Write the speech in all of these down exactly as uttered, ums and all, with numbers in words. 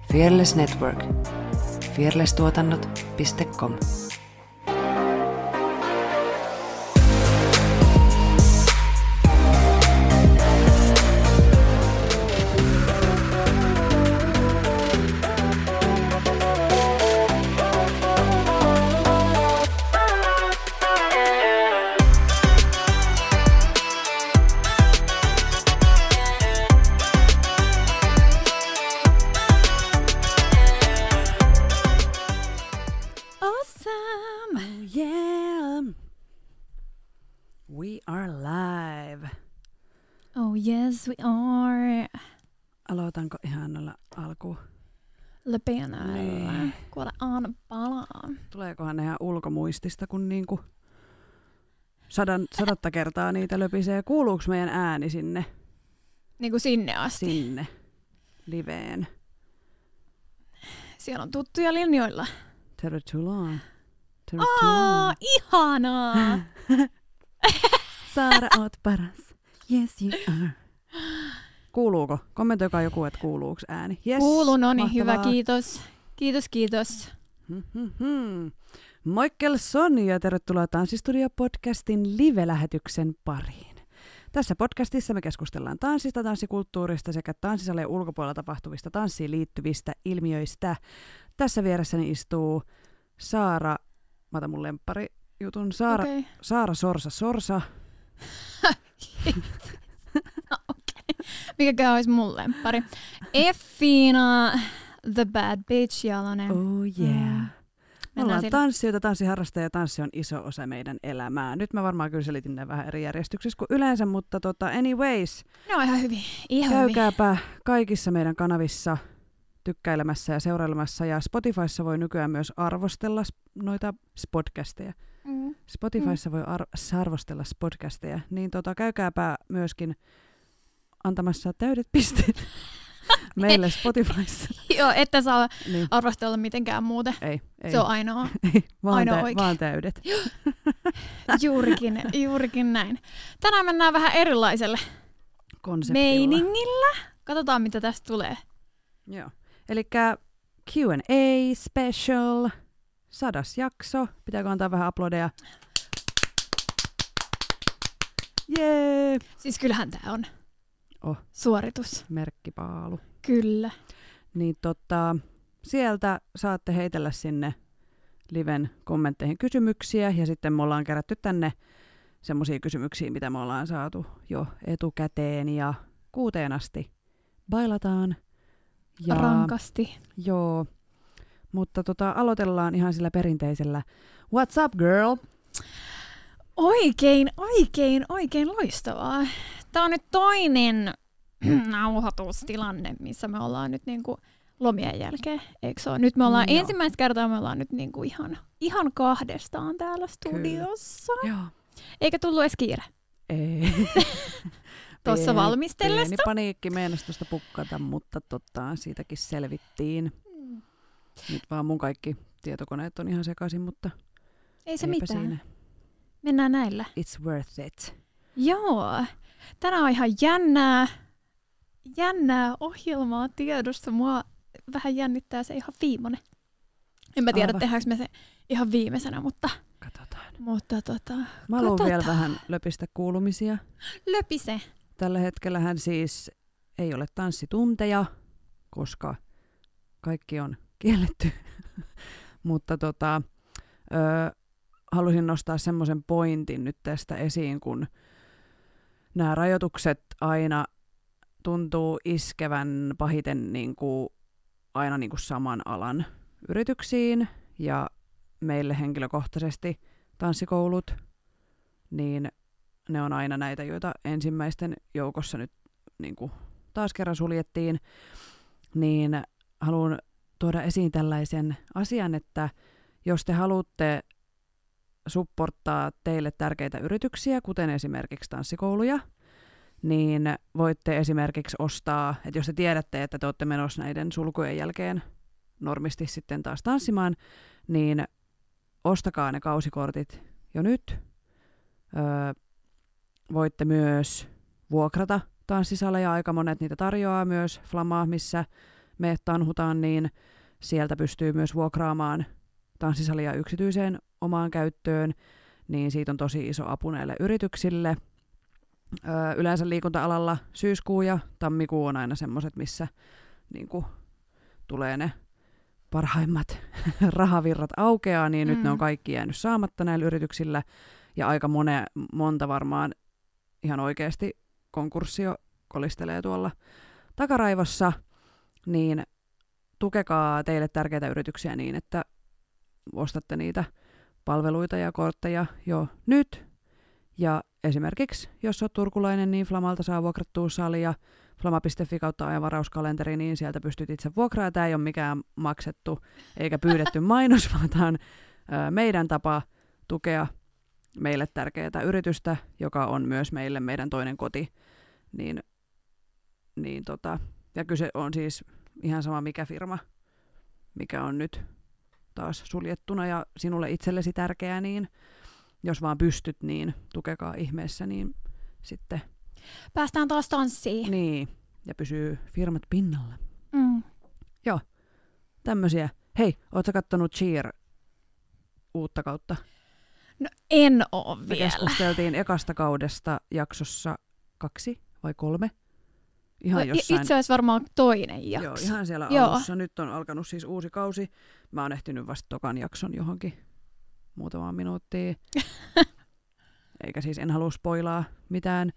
Fearless Network. fearless tuotannot piste com. Yes, we are. Aloitanko ihan noilla alkuun? Löpinällä, Nee. kuule aina palaa. Tuleekohan ne ihan ulkomuistista, kun niinku sadan, sadatta kertaa niitä löpisee. Kuuluuko meidän ääni sinne? Niinku sinne asti. Sinne. Liveen. Siellä on tuttuja linjoilla. Tervetuloa. Aa, ihanaa! Saara, oot paras. Yes, you are. Kuuluuko? Kommentoikaa joku, että kuuluuko ääni. Yes, kuuluu, no niin, mahtavaa. hyvä, kiitos. Kiitos, kiitos. Hmm. Moikkel Sonja ja tervetuloa Tanssistudio-podcastin live-lähetyksen pariin. Tässä podcastissa me keskustellaan tanssista, tanssikulttuurista sekä tanssisalien ulkopuolella tapahtuvista tanssiin liittyvistä ilmiöistä. Tässä vieressäni istuu Saara, mä otan mun lemppari jutun, Saara, Okay. Saara Sorsa Sorsa. No, okay. Mikäkään olisi mun lemppari. Effiina, the bad bitch, Jalonen. Oh yeah. Mm. Me ollaan sille. tanssijoita, tanssiharrastajia ja tanssi on iso osa meidän elämää. Nyt mä varmaan kyllä selitin ne vähän eri järjestyksessä kuin yleensä, mutta tota, anyways, Ne on ihan hyvin. Ihan hyvin. käykääpä kaikissa meidän kanavissa tykkäilemässä ja seurailemassa. Ja Spotifyssa voi nykyään myös arvostella noita podcasteja. Mm. Spotifyssa voi ar- arvostella podcasteja. Niin tota, käykääpä myöskin antamassa täydet pisteet meille Spotifyssa. Joo, että saa Niin. arvostella mitenkään muuten. Ei, ei. Se on ainoa. ei vaan, ainoa tä- oikein. vaan täydet. Juurikin, juurikin näin. Tänään mennään vähän erilaiselle Konseptilla. meiningillä. Katsotaan, mitä tästä tulee. Joo. Elikkä Q and A special, sadas jakso. Pitääkö antaa vähän aplodeja? Jee! Siis kyllähän tää on Oh. suoritus. Merkkipaalu. Kyllä. Niin tota, sieltä saatte heitellä sinne liven kommentteihin kysymyksiä ja sitten me ollaan kerätty tänne semmosia kysymyksiä, mitä me ollaan saatu jo etukäteen ja kuuteen asti bailataan. Ja, Rankasti. Joo, mutta tota, aloitellaan ihan sillä perinteisellä What's up, girl? Oikein, oikein, oikein loistavaa. Tää on nyt toinen nauhoitustilanne, missä me ollaan nyt niinku lomien jälkeen, eikö se ole? Nyt me ollaan Joo. ensimmäistä kertaa, me ollaan nyt niinku ihan, ihan kahdestaan täällä studiossa. Joo. Eikä tullut edes kiire Ei. tuossa Pieni- valmistellessa. Pieni paniikki meinasi tuosta pukkata, mutta tota, siitäkin selvittiin. Mm. Nyt vaan mun kaikki tietokoneet on ihan sekaisin, mutta Ei se eipä mitään. siinä. Mennään näillä. It's worth it. Joo. Tänään on ihan jännää, jännää ohjelmaa tiedossa. Mua vähän jännittää se ihan viimeinen. En mä tiedä, Aivan. tehdäänkö me se ihan viimeisenä, mutta, Katsotaan. mutta tota, Mä haluan katsotaan. vielä vähän löpistä kuulumisia. Löpise. Tällä hetkellähän siis ei ole tanssitunteja, koska kaikki on kielletty. Mutta tota, ö, halusin nostaa semmoisen pointin nyt tästä esiin, kun nämä rajoitukset aina tuntuu iskevän pahiten niin kuin, aina niin kuin saman alan yrityksiin ja meille henkilökohtaisesti tanssikoulut, niin ne on aina näitä, joita ensimmäisten joukossa nyt niin kuin taas kerran suljettiin, niin haluan tuoda esiin tällaisen asian, että jos te haluatte supporttaa teille tärkeitä yrityksiä, kuten esimerkiksi tanssikouluja, niin voitte esimerkiksi ostaa, että jos te tiedätte, että te olette menossa näiden sulkujen jälkeen normisti sitten taas tanssimaan, niin ostakaa ne kausikortit jo nyt. Öö, voitte myös vuokrata tanssisaleja, aika monet niitä tarjoaa myös Flamaa, missä me tanhutaan, niin sieltä pystyy myös vuokraamaan tanssisalia yksityiseen omaan käyttöön, niin siitä on tosi iso apu näille yrityksille. Öö, yleensä liikunta-alalla syyskuu ja tammikuu on aina semmoiset, missä niin kuin, tulee ne parhaimmat rahavirrat aukeaa, niin mm. nyt ne on kaikki jäänyt saamatta näillä yrityksillä, ja aika mone, monta varmaan ihan oikeasti konkurssio kolistelee tuolla takaraivossa, niin tukekaa teille tärkeitä yrityksiä niin, että ostatte niitä palveluita ja kortteja jo nyt. Ja esimerkiksi, jos olet turkulainen, niin Flamalta saa vuokrattua salia, flama piste fi kautta ajanvarauskalenteri, niin sieltä pystyt itse vuokraamaan. Tämä ei ole mikään maksettu eikä pyydetty mainos, vaan tämä on ö, meidän tapa tukea meille tärkeää yritystä, joka on myös meille meidän toinen koti. Niin, niin tota, ja kyse on siis ihan sama mikä firma, mikä on nyt taas suljettuna ja sinulle itsellesi tärkeää, niin jos vaan pystyt, niin tukekaa ihmeessä, niin sitten päästään taas tanssiin. Niin, ja pysyy firmat pinnalla. Mm. Joo, tämmöisiä. Hei, ootko kattonut Cheer uutta kautta? No en oo Me vielä. keskusteltiin ekasta kaudesta jaksossa kaksi vai kolme. Ihan jossain. Itse asiassa varmaan toinen jakso. Joo, ihan siellä Joo. alussa. Nyt on alkanut siis uusi kausi. Mä oon ehtinyt vasta tokan jakson johonkin muutamaan minuuttiin. Eikä siis en halua spoilaa mitään.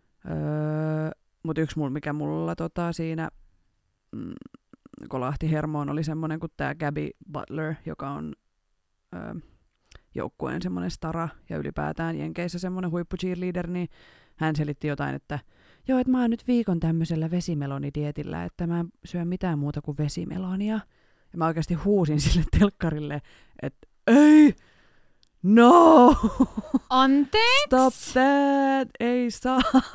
Öö, Mutta yksi, mikä mulla tota, siinä mm, kolahti hermoon, oli semmoinen kuin tämä Gabby Butler, joka on öö, joukkueen semmoinen stara ja ylipäätään Jenkeissä semmoinen huippu cheerleader, niin hän selitti jotain, että joo, että mä oon nyt viikon tämmöisellä vesimelonidietillä, että mä en syö mitään muuta kuin vesimelonia. Ja mä oikeasti huusin sille telkkarille, että ei, no, Anteeksi? stop that, ei saa.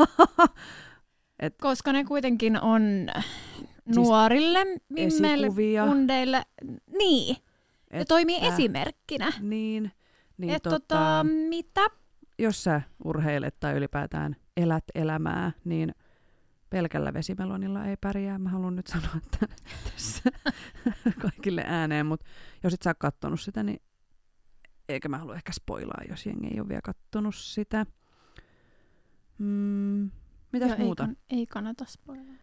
Et koska ne kuitenkin on nuorille mimmeille, esikuvia. kundeille, niin, ne Et- toimii äh, esimerkkinä. Niin, niin Et tota, tota, mitä? jos sä urheilet tai ylipäätään elät elämää, niin pelkällä vesimelonilla ei pärjää. Mä haluan nyt sanoa että tässä kaikille ääneen, mutta jos et sä ole kattonut sitä, niin eikä mä halua ehkä spoilaa, jos jengi ei ole vielä kattonut sitä. Mm, mitäs Joo, muuta? Ei, kann- ei kannata spoilaa.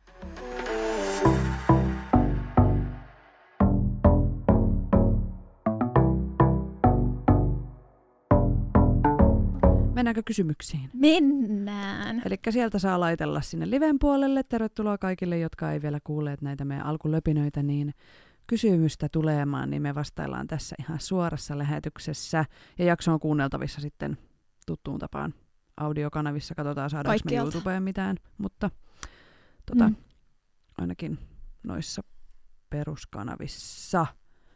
Mennäänkö kysymyksiin? Mennään. Eli sieltä saa laitella sinne liven puolelle. Tervetuloa kaikille, jotka ei vielä kuulleet näitä meidän alkulöpinöitä, niin kysymystä tulemaan, niin me vastaillaan tässä ihan suorassa lähetyksessä. Ja jakso on kuunneltavissa sitten tuttuun tapaan audiokanavissa. Katsotaan, saadaanko me Kaikkialta. YouTubeen mitään, mutta tota, Mm. ainakin noissa peruskanavissa.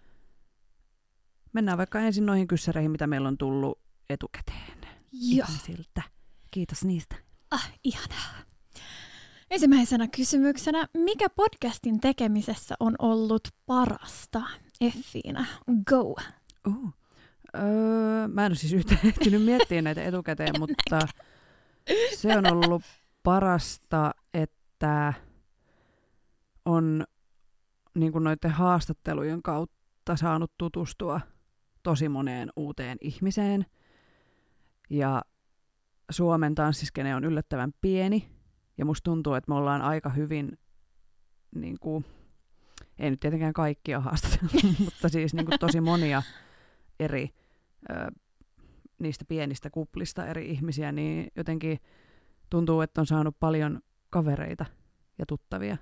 Mennään vaikka ensin noihin kyssäreihin, mitä meillä on tullut etukäteen Joo. ihmisiltä. Kiitos niistä. Ah, ihanaa. Ensimmäisenä kysymyksenä, mikä podcastin tekemisessä on ollut parasta? Effiina, go. Uh. Öö, mä en ole siis yhtään ehtinyt miettiä näitä etukäteen, mutta se on ollut parasta, että on niin kuin noiden haastattelujen kautta saanut tutustua tosi moneen uuteen ihmiseen. Ja Suomen tanssiskene on yllättävän pieni. Ja musta tuntuu, että me ollaan aika hyvin, niin kuin, ei nyt tietenkään kaikkia haastateltu, mutta siis niin kuin tosi monia eri ö, niistä pienistä kuplista eri ihmisiä, niin jotenkin tuntuu, että on saanut paljon kavereita ja tuttavia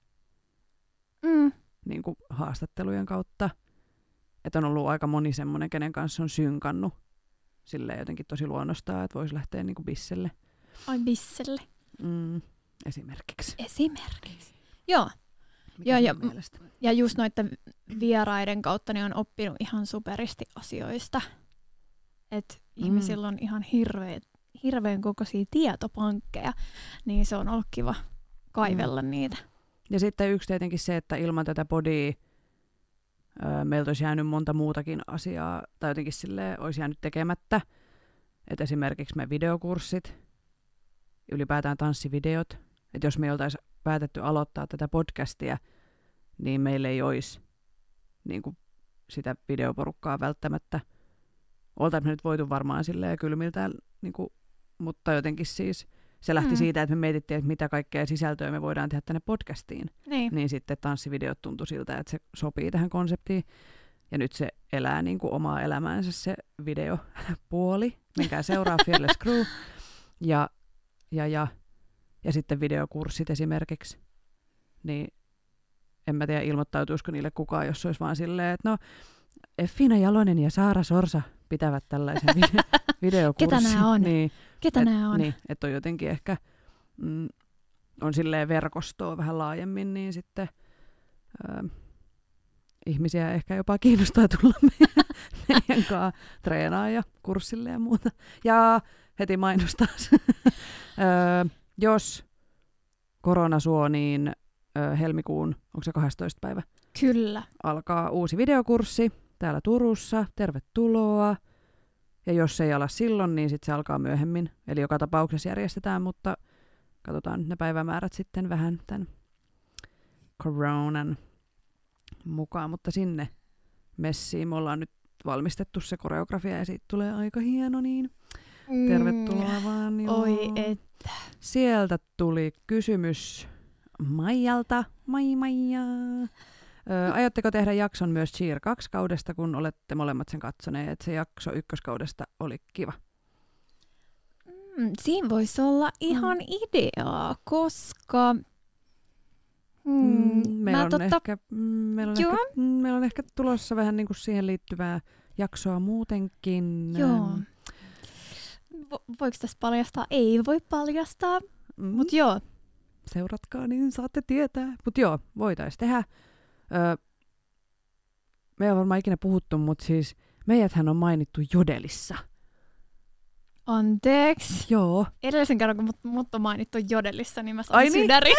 Mm. niin kuin haastattelujen kautta. Että on ollut aika moni semmoinen, kenen kanssa on synkannut silleen jotenkin tosi luonnostaan, että voisi lähteä niin kuin bisselle. Ai bisselle. Mm, esimerkiksi. Esimerkiksi. Joo. Mikä Joo, sun ja- mielestä? Ja just noiden vieraiden kautta niin on oppinut ihan superisti asioista. Että Mm. ihmisillä on ihan hirveän, hirveän kokoisia tietopankkeja, niin se on ollut kiva kaivella mm. niitä. Ja sitten yksi tietenkin se, että ilman tätä podia öö, meiltä olisi jäänyt monta muutakin asiaa, tai jotenkin silleen olisi jäänyt tekemättä. Et esimerkiksi me videokurssit, ylipäätään tanssivideot. Että jos me ei oltaisi päätetty aloittaa tätä podcastia, niin meillä ei olisi niin kuin sitä videoporukkaa välttämättä. Oltaisiin me nyt voitu varmaan silleen kylmiltään, niin kuin, mutta jotenkin siis se lähti mm. siitä, että me mietittiin, että mitä kaikkea sisältöä me voidaan tehdä tänne podcastiin. Niin. Niin sitten tanssivideot tuntui siltä, että se sopii tähän konseptiin. Ja nyt se elää niin kuin omaa elämäänsä se videopuoli. Menkää seuraa Fearless Crew. Ja, ja, ja, ja sitten videokurssit esimerkiksi. Niin en mä tiedä, ilmoittautuisiko niille kukaan, jos olisi vaan silleen, että no, Effina Jalonen ja Saara Sorsa pitävät tällaisen video- videokurssin. Ketä nämä on? Niin, Ketä et, nämä on? Niin, että on jotenkin ehkä, mm, on silleen verkostoa vähän laajemmin, niin sitten ö, ihmisiä ehkä jopa kiinnostaa tulla meidän, meidän kanssa treenaa ja kurssille ja muuta. Ja heti mainostaa. ö, jos korona suo, niin ö, helmikuun, onko se kahdestoista päivä? Kyllä. Alkaa uusi videokurssi täällä Turussa. Tervetuloa. Ja jos ei ala silloin, niin sitten se alkaa myöhemmin. Eli joka tapauksessa järjestetään, mutta katsotaan nyt ne päivämäärät sitten vähän tämän koronan mukaan. Mutta sinne messiin me ollaan nyt valmistettu se koreografia ja siitä tulee aika hieno, niin tervetuloa mm. vaan. Joo. Oi että. Sieltä tuli kysymys Maijalta. Mai Maija. Ö, aiotteko tehdä jakson myös Cheer kaksi kaudesta, kun olette molemmat sen katsoneet? Se jakso ykköskaudesta oli kiva. Mm, siinä voisi olla ihan mm. ideaa, koska mm, meillä, on totta... ehkä, mm, meillä, on ehkä, mm, meillä on ehkä tulossa vähän niin kuin siihen liittyvää jaksoa muutenkin. Joo. Vo- voiko tässä paljastaa? Ei voi paljastaa, mm. mutta joo. Seuratkaa, niin saatte tietää. Mutta joo, voitaisiin tehdä. Öö, me ei ole varmaan ikinä puhuttu, mutta siis meidäthän on mainittu Jodelissa. Anteeksi. Joo. Edellisen kerran, kun mut, mut on mainittu Jodelissa, niin mä sain Ai sydärin.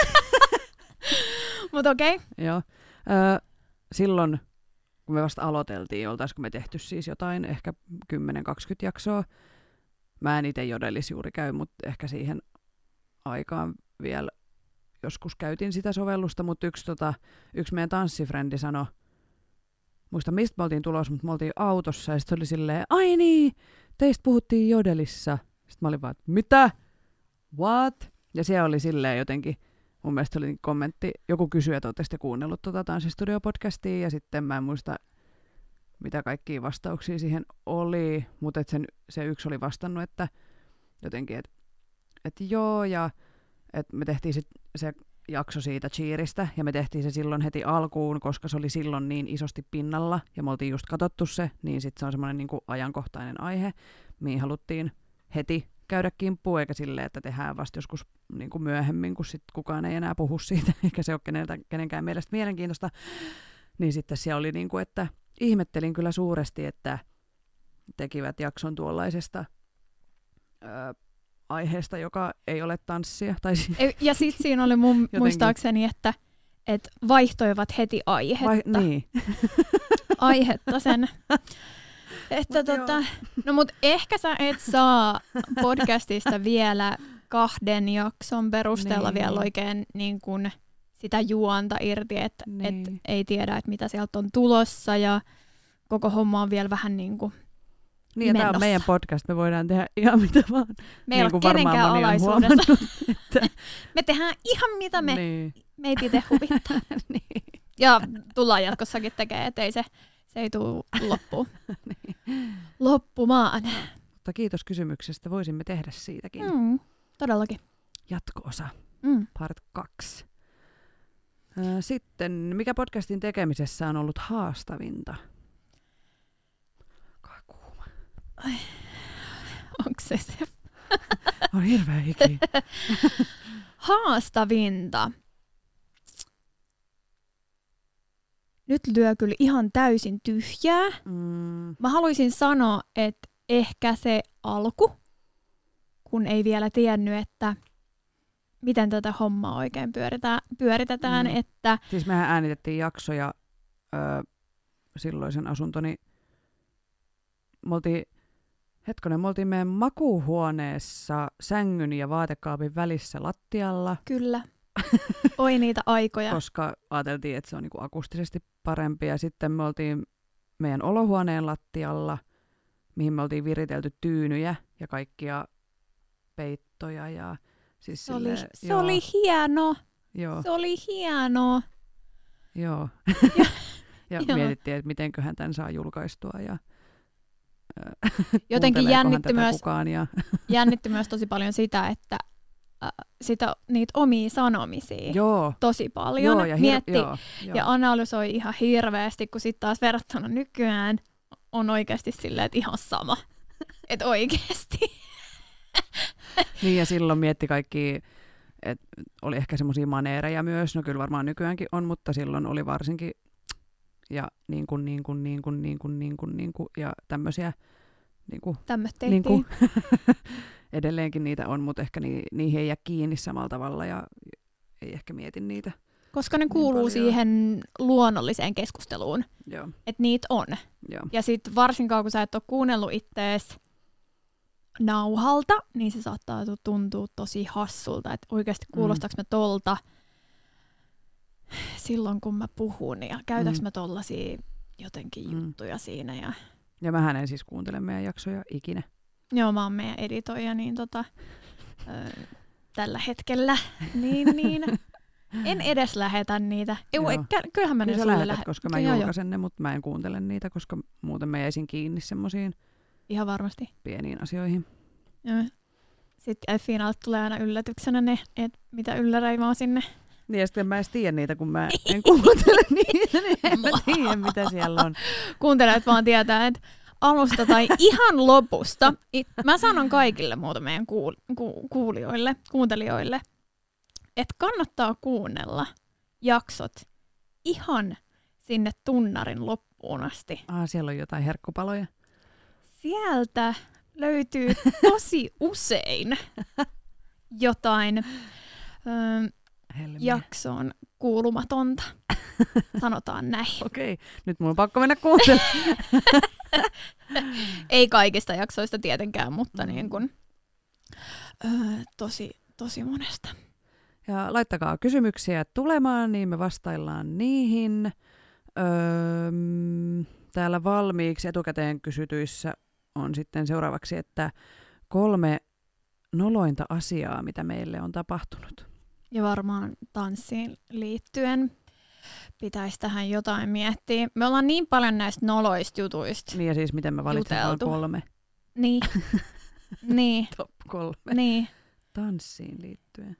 Mutta okei. Okay. Joo. Öö, silloin, kun me vasta aloiteltiin, oltaisiko me tehty siis jotain, ehkä kymmenen kaksikymmentä jaksoa. Mä en itse Jodelis juuri käy, mutta ehkä siihen aikaan vielä joskus käytin sitä sovellusta, mutta yksi, tota, yksi meidän tanssifrendi sanoi, muista mistä me oltiin tulossa, mutta me oltiin autossa ja sitten oli silleen, ai niin, teistä puhuttiin Jodelissa. Sitten mä olin vaan, mitä? What? Ja siellä oli silleen jotenkin, mun mielestä oli kommentti, joku kysyi, että ootte sitten kuunnellut tuota Tanssistudio-podcastia ja sitten mä en muista, mitä kaikkia vastauksia siihen oli, mutta sen, se yksi oli vastannut, että jotenkin, että et joo ja että me tehtiin sit se jakso siitä Cheeristä, ja me tehtiin se silloin heti alkuun, koska se oli silloin niin isosti pinnalla, ja me oltiin just katsottu se, niin sit se on semmoinen niinku ajankohtainen aihe, mihin haluttiin heti käydä kimppuun, eikä silleen, että tehdään vasta joskus niinku myöhemmin, kun sit kukaan ei enää puhu siitä, eikä se ole keneltä, kenenkään mielestä mielenkiintoista. Niin sitten siellä oli niinku, että ihmettelin kyllä suuresti, että tekivät jakson tuollaisesta öö, aiheesta, joka ei ole tanssia. Tai ja sitten siinä oli mun muistaakseni, että et vaihtoivat heti aihetta. Vai, niin. aihetta sen. Että mut tota, no mut ehkä sä et saa podcastista vielä kahden jakson perusteella niin. vielä oikein niin kun sitä juonta irti, että niin. et ei tiedä, että mitä sieltä on tulossa ja koko homma on vielä vähän niin kuin niin, tämä on meidän podcast, me voidaan tehdä ihan mitä vaan. Me ei niin ole kenenkään alaisuudessa. Että... me tehdään ihan mitä me, niin. meitä itse huvittaa. niin. Ja tullaan jatkossakin tekemään, ettei se, se ei tule loppuun. niin. loppumaan. Mutta kiitos kysymyksestä, voisimme tehdä siitäkin. Mm, todellakin. Jatko-osa, mm. part kaksi. Sitten, mikä podcastin tekemisessä on ollut haastavinta? Onko se se? On hirveä hiki. Haastavinta. Nyt lyö kyllä ihan täysin tyhjää. Mm. Mä haluaisin sanoa, että ehkä se alku, kun ei vielä tiennyt, että miten tätä hommaa oikein pyöritetään. pyöritetään mm. että... Siis mehän äänitettiin jaksoja ö, silloisen asuntoni. Me oltiin Hetkonen, me oltiin meidän makuuhuoneessa sängyn ja vaatekaapin välissä lattialla. Kyllä. Oi niitä aikoja. Koska ajateltiin, että se on niinku akustisesti parempi. Ja sitten me oltiin meidän olohuoneen lattialla, mihin me oltiin viritelty tyynyjä ja kaikkia peittoja. Ja siis se, oli, silleen, se joo, oli hieno. Joo. Se oli hieno. Joo. ja Joo. mietittiin, että mitenköhän tämän saa julkaistua. Ja jotenkin jännitti myös, ja... jännitti myös tosi paljon sitä, että äh, sitä, niitä omia sanomisia joo. tosi paljon joo, ja hir- mietti joo, joo. ja analysoi ihan hirveästi, kun sitten taas verrattuna nykyään on oikeasti silleen, että ihan sama. Että oikeasti. Niin ja silloin mietti kaikki, että oli ehkä semmoisia maneereja myös, no kyllä varmaan nykyäänkin on, mutta silloin oli varsinkin ja niin kuin, niin kuin, niin kuin, niin kuin, niin kuin, niin kuin, ja tämmöisiä. Niin kuin, niin kuin, edelleenkin niitä on, mutta ehkä ni, niihin ei jää kiinni samalla tavalla ja ei ehkä mieti niitä. Koska ne kuuluu niin siihen luonnolliseen keskusteluun, että niitä on. Joo. Ja sitten varsinkaan, kun sä et ole kuunnellut ittees nauhalta, niin se saattaa tuntua tosi hassulta, että oikeasti kuulostaako mä tolta silloin, kun mä puhun, ja käytäks mm. mä tollasia jotenkin mm. juttuja siinä. Ja, ja mähän en siis kuuntele meidän jaksoja ikinä. Joo, mä oon meidän editoija, niin tota, ö, tällä hetkellä, niin, niin en edes lähetä niitä. Ei, kyllähän mä ne Kyllä sulle lähetät, lähetän. koska mä Joo, julkaisen ne, mutta mä en kuuntele niitä, koska muuten mä jäisin kiinni semmosiin ihan varmasti pieniin asioihin. Joo. Sitten F-finaalit tulee aina yllätyksenä ne, että mitä ylläräi vaan sinne. Niin ja sitten mä en tiedä niitä, kun mä en kuuntele niitä, niin en mä tiedä, mitä siellä on. Kuuntelijat vaan tietää, että alusta tai ihan lopusta. Mä sanon kaikille muuta meidän kuul- ku- kuulijoille, kuuntelijoille, että kannattaa kuunnella jaksot ihan sinne tunnarin loppuun asti. Ah, siellä on jotain herkkupaloja. Sieltä löytyy tosi usein jotain ö, jaksoon kuulumatonta. Sanotaan näin. Okei, nyt mun on pakko mennä kuuntelemaan. Ei kaikista jaksoista tietenkään, mutta niin kun, ö, tosi, tosi monesta. Ja laittakaa kysymyksiä tulemaan, niin me vastaillaan niihin. Öö, täällä valmiiksi etukäteen kysytyissä on sitten seuraavaksi, että kolme nolointa asiaa, mitä meille on tapahtunut. Ja varmaan tanssiin liittyen pitäisi tähän jotain miettiä. Me ollaan niin paljon näistä noloista jutuista Niin ja siis miten mä valitsen vaan kolme. Niin. niin. Top kolme. Niin. Tanssiin liittyen.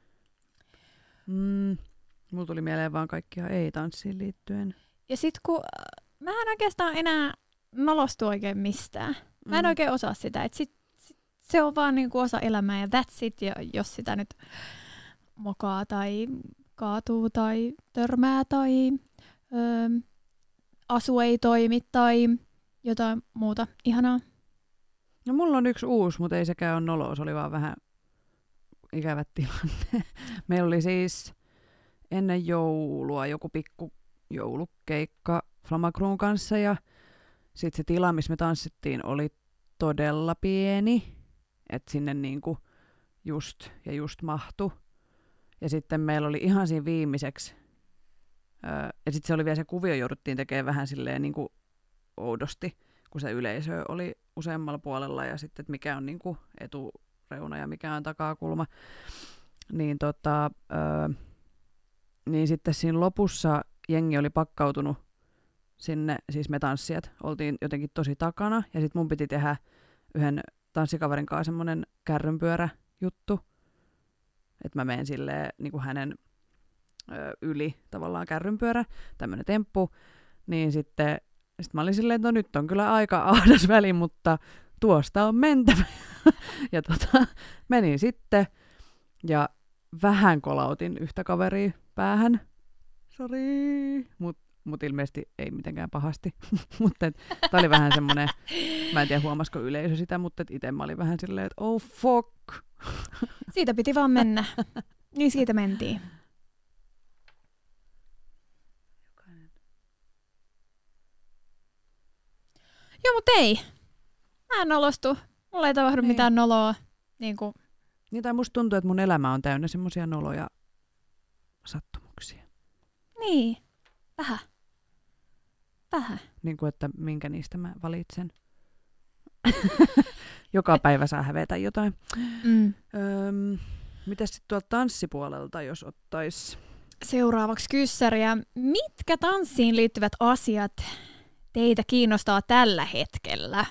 Mm, mulla tuli mieleen vaan kaikkia ei-tanssiin liittyen. Ja sit kun äh, mä en oikeastaan enää nolostu oikein mistään. Mä en mm. oikein osaa sitä. Et sit, sit, se on vaan niinku osa elämää ja that's it. Ja jos sitä nyt mokaa tai kaatuu tai törmää tai ö, asu ei toimi tai jotain muuta ihanaa. No mulla on yksi uusi, mutta ei sekään ole nolo. Se oli vaan vähän ikävä tilanne. Meillä oli siis ennen joulua joku pikku joulukeikka Flamacruun kanssa ja sitten se tila, missä me tanssittiin, oli todella pieni, että sinne niinku just ja just mahtui. Ja sitten meillä oli ihan siinä viimeiseksi, öö, ja sitten se oli vielä se kuvio, jouduttiin tekemään vähän silleen niinku oudosti, kun se yleisö oli useammalla puolella ja sitten, että mikä on niinku etureuna ja mikä on takakulma. Niin, tota, öö, niin sitten siinä lopussa jengi oli pakkautunut sinne, siis me tanssijat oltiin jotenkin tosi takana, ja sitten mun piti tehdä yhden tanssikaverin kanssa semmoinen kärrynpyöräjuttu, että mä menen silleen niin kuin hänen ö, yli tavallaan kärrynpyörä, tämmöinen temppu, niin sitten sit mä olin silleen, että no nyt on kyllä aika ahdas väli, mutta tuosta on mentävä. ja tota, menin sitten, ja vähän kolautin yhtä kaveria päähän, sori, mutta Mutta ilmeisesti ei mitenkään pahasti. mutta tämä oli vähän semmoinen, mä en tiedä huomasiko yleisö sitä, mutta itse mä olin vähän silleen, että oh fuck. Siitä piti vaan mennä. Niin siitä mentiin. Joo, mutta ei. Mä en nolostu. Mulla ei tapahdu niin. mitään noloa. Niin kuin. Niin, tai musta tuntuu, että mun elämä on täynnä semmoisia noloja sattumuksia. Niin, vähän. Vähän. Niin kuin, että minkä niistä mä valitsen. Joka päivä saa hävetä jotain. Mm. Öm, mitäs sitten tuolta tanssipuolelta, jos ottais? Seuraavaksi kyssäriä. Mitkä tanssiin liittyvät asiat teitä kiinnostaa tällä hetkellä?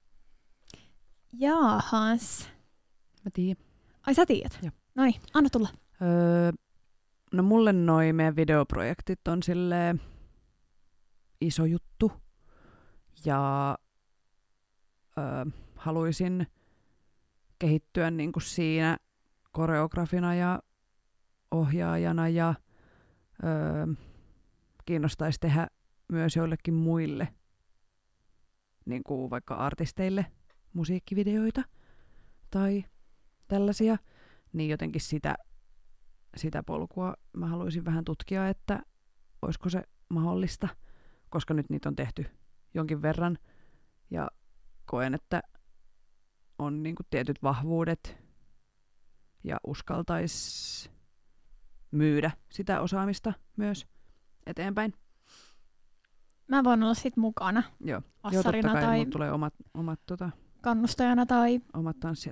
Jaahas. Mä tiedän. Ai sä tiedät? Joo. Noniin, anna tulla. Öö, no mulle noi meidän videoprojektit on silleen iso juttu. Ja öö, haluaisin kehittyä niinku siinä koreografina ja ohjaajana ja öö, kiinnostaisi tehdä myös joillekin muille, niin kuin vaikka artisteille, musiikkivideoita tai tällaisia, niin jotenkin sitä, sitä polkua mä haluaisin vähän tutkia, että olisiko se mahdollista, koska nyt niitä on tehty jonkin verran ja koen, että on niin kuin tietyt vahvuudet ja uskaltaisi myydä sitä osaamista myös eteenpäin. Mä voin olla sit mukana. Joo, Assarina Joo totta kai, tai mut tulee omat, omat, tota, kannustajana tai... omat tanssijat.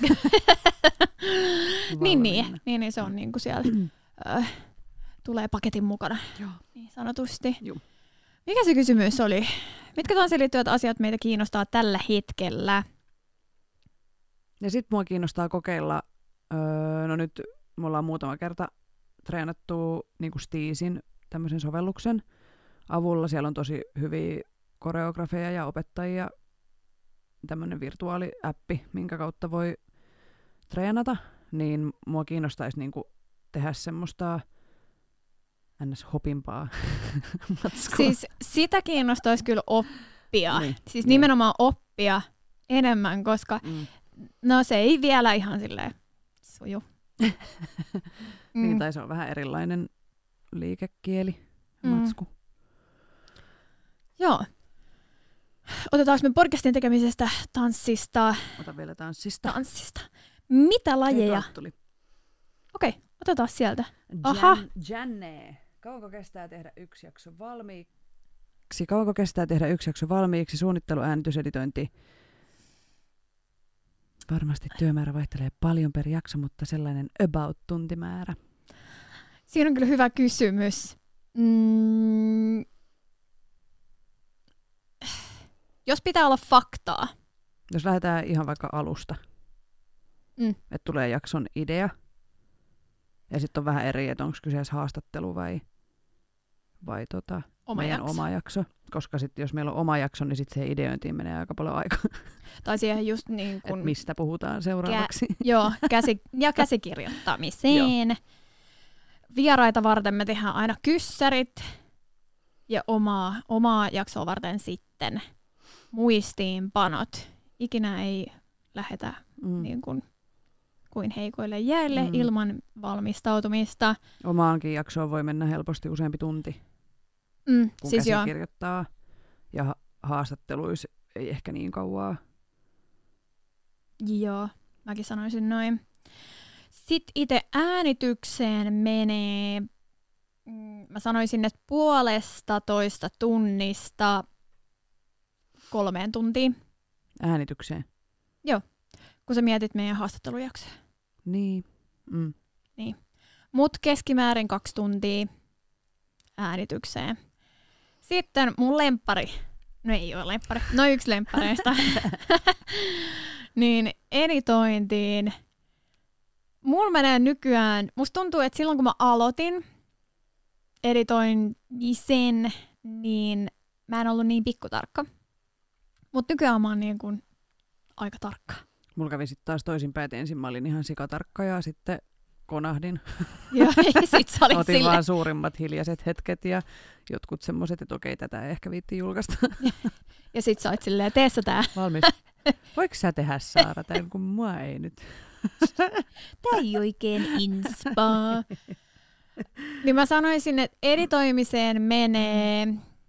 niin, niin, niin, niin se on niinku siellä, ö, tulee paketin mukana, Joo. niin sanotusti. Joo. Mikä se kysymys oli? Mitkä tanssiin liittyvät asiat meitä kiinnostaa tällä hetkellä? Ja sit mua kiinnostaa kokeilla, öö, no nyt me ollaan muutama kerta treenattu niinku Steezin tämmöisen sovelluksen avulla. Siellä on tosi hyviä koreografeja ja opettajia. Tämmöinen virtuaaliäppi, minkä kautta voi treenata. Niin mua kiinnostaisi niinku tehdä semmoista ns. Hopimpaa matskua. Siis sitä kiinnostaisi kyllä oppia. Niin, siis niin. nimenomaan oppia enemmän, koska Mm. no se ei vielä ihan silleen suju. Niin, Mm. tai se on vähän erilainen liikekieli, Mm. matsku. Joo. Otetaanko me podcastin tekemisestä, tanssista, Ota vielä tanssista. tanssista. Mitä lajeja? Hei, tuli. Okei, otetaan sieltä. Aha. Jan, Janne. Kauanko kestää tehdä yksi jakso valmiiksi? Kauanko kestää tehdä yksi jakso valmiiksi? Suunnittelu, äänitys, editointi. Varmasti työmäärä vaihtelee paljon per jakso, mutta sellainen about tuntimäärä. Siinä on kyllä hyvä kysymys. Mm. Jos pitää olla faktaa. Jos lähdetään ihan vaikka alusta, Mm. että tulee jakson idea, ja sitten on vähän eri, että onko kyseessä haastattelu vai, vai tota, Oma meidän jakso. oma jakso. Koska sitten jos meillä on oma jakso, niin sitten siihen ideointiin menee aika paljon aikaa. Tai siihen just niin kuin... Et mistä puhutaan seuraavaksi. Kä- joo, käsi- ja käsikirjoittamiseen. Vieraita varten me tehdään aina kyssärit. Ja omaa, omaa jaksoa varten sitten muistiinpanot. Ikinä ei lähetä Mm. niin kuin, kuin heikoille jäille Mm. ilman valmistautumista. Omaankin jaksoon voi mennä helposti useampi tunti, Mm, kun siis joo. käsikirjoittaa. Ja ha- haastatteluissa ei ehkä niin kauaa. Joo, mäkin sanoisin noin. Sitten itse äänitykseen menee, mm, mä sanoisin, että puolesta toista tunnista kolmeen tuntiin, Äänitykseen. kun sä mietit meidän haastattelujaksoa. Niin. Mm. Mut keskimäärin kaksi tuntia äänitykseen. Sitten mun lemppari, no ei ole lemppari, no yksi lemppareista, niin editointiin. Mulla menee nykyään, musta tuntuu, että silloin kun mä aloitin editoimisen, niin mä en ollut niin pikkutarkka. Mutta nykyään mä oon niin kuin aika tarkka. Mulla kävi sitten taas toisinpäin, että ensin mä olin ihan sikatarkka ja sitten konahdin. Ja sit sä olit Otin silleen. vaan suurimmat hiljaiset hetket ja jotkut semmoiset, että okei, tätä ei ehkä viitti julkaista. Ja sit sä olit silleen, tee sä tää. Valmis. Voiko sä tehdä, Saara, tai kun mua ei nyt? Tää ei oikein inspaa. Niin mä sanoisin, että editoimiseen menee,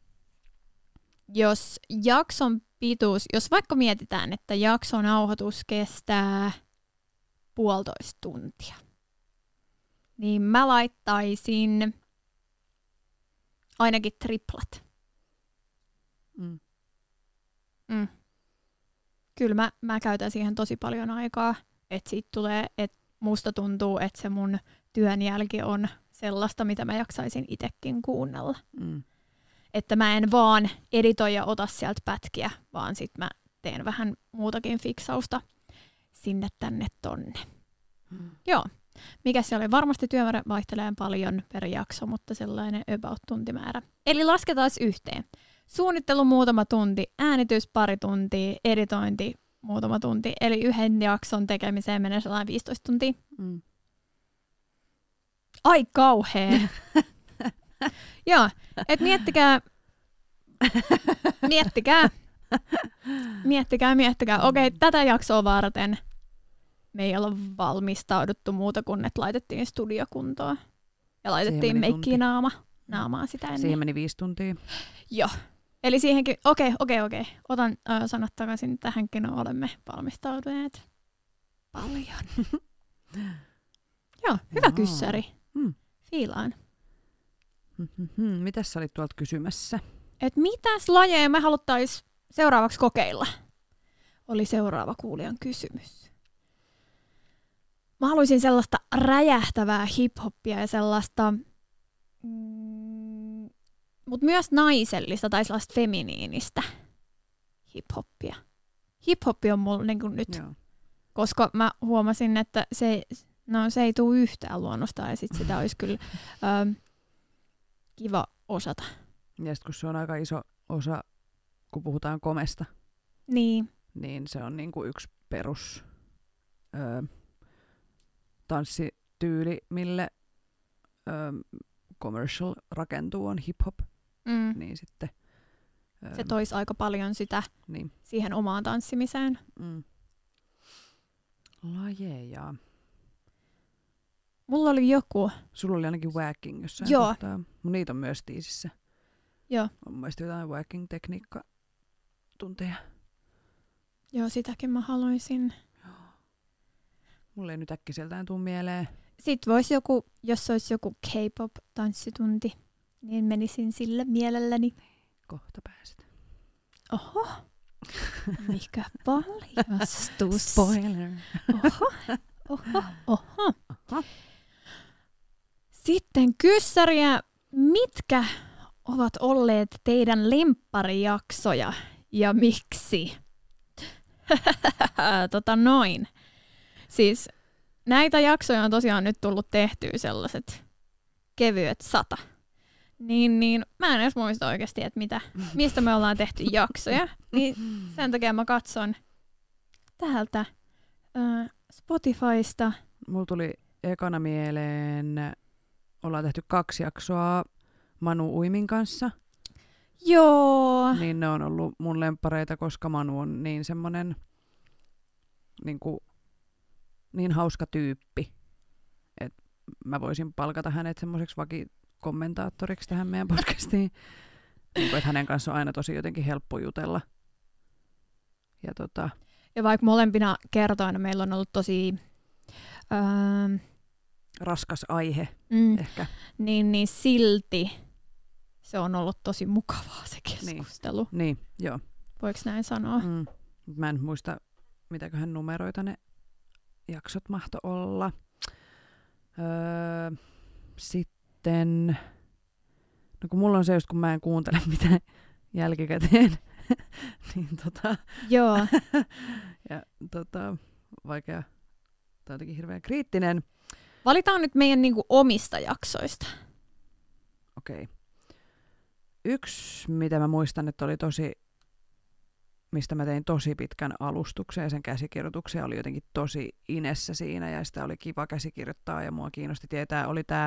jos jakson pituus, jos vaikka mietitään, että jakson nauhoitus kestää puolitoista tuntia. niin mä laittaisin ainakin triplat. Mm. Mm. Kyllä mä, mä käytän siihen tosi paljon aikaa, että siitä tulee, että musta tuntuu, että se mun työn jälki on sellaista, mitä mä jaksaisin itsekin kuunnella. Mm. Että mä en vaan editoi ja ota sieltä pätkiä, vaan sit mä teen vähän muutakin fiksausta sinne tänne tonne. Mm. Joo. Mikä se oli? Varmasti työmäärä vaihtelee paljon per jakso, mutta sellainen about tuntimäärä. Eli lasketaan yhteen. Suunnittelu muutama tunti, äänitys pari tuntia, editointi muutama tunti. Eli yhden jakson tekemiseen menee sellainen viisitoista tuntia. Mm. Ai kauhea. Joo, et miettikää, miettikää, miettikää, miettikää. Okei, tätä jaksoa varten me ei olla valmistauduttu muuta kuin, että laitettiin studiokuntoon. Ja laitettiin meikkiä naama, naamaa sitä ennen. Siihen meni viisi tuntia. Joo. Eli siihenkin, okei, okei, okei. Otan äh, sanat takaisin, tähänkin olemme valmistautuneet paljon. Joo, hyvä Jaa. kyssäri. Hmm. Fiilaan. Hmm. Mitäs sä olit tuolta kysymässä? Et mitäs lajeja me haluttais seuraavaksi kokeilla? Oli seuraava kuulijan kysymys. Mä haluaisin sellaista räjähtävää hip-hoppia ja sellaista, mm, mutta myös naisellista tai sellaista feminiinistä hip-hoppia. Hip-hoppi on mulla niin kuin nyt, Joo. koska mä huomasin, että se, no, se ei tule yhtään luonnosta ja sit sitä olisi kyllä ähm, kiva osata. Ja sitten kun se on aika iso osa, kun puhutaan komesta, Niin. niin se on niinku yksi perus öö, tanssityyli, mille öö, commercial rakentuu, on hip-hop. Mm. Niin sitten, öö, Se toisi aika paljon sitä niin. siihen omaan tanssimiseen. Mm. Lajeja. Mulla oli joku. Sulla oli ainakin whacking jossain Joo. kohtaa. Mun niitä on myös tiisissä. Joo. On mielestäni jotain whacking-tekniikka-tunteja. Joo, sitäkin mä haluaisin. Mulla ei nyt äkkiseltään tuu mieleen. Sitten voisi joku, jos olisi joku K-pop-tanssitunti, niin menisin sille mielelläni. Kohta pääset. Oho, mikä paljastus. Spoiler. Oho, oho, oho. oho. Sitten kyssäriä, mitkä ovat olleet teidän lempparijaksoja ja miksi? tota noin. Siis näitä jaksoja on tosiaan nyt tullut tehtyä sellaiset kevyet sata. Niin, niin mä en edes muista oikeasti, että mitä, mistä me ollaan tehty jaksoja. Niin sen takia mä katson täältä äh, Spotifysta. Mulla tuli ekana mieleen, ollaan tehty kaksi jaksoa Manu Uimin kanssa. Joo. Niin ne on ollut mun lemppareita, koska Manu on niin semmonen niin, kuin, niin hauska tyyppi, että mä voisin palkata hänet semmoiseksi vakikommentaattoriksi tähän meidän podcastiin. Niin kuin, että hänen kanssa on aina tosi jotenkin helppo jutella. Ja, tota... ja vaikka molempina kertoina meillä on ollut tosi öö, raskas aihe mm, ehkä. Niin, niin silti se on ollut tosi mukavaa se keskustelu. Niin, niin joo. Voiko näin sanoa? Mm. Mä en muista, mitäköhän numeroita ne jaksot mahto olla. Öö, sitten, no kun mulla on se just, kun mä en kuuntele mitään jälkikäteen, niin tota, Joo. ja tota, vaikea, tai jotenkin hirveän kriittinen. Valitaan nyt meidän niinku omista jaksoista. Okei. Okay. Yksi, mitä mä muistan, että oli tosi, mistä mä tein tosi pitkän alustuksen ja sen käsikirjoituksen, oli jotenkin tosi inessä siinä ja sitä oli kiva käsikirjoittaa ja mua kiinnosti tietää, oli tää,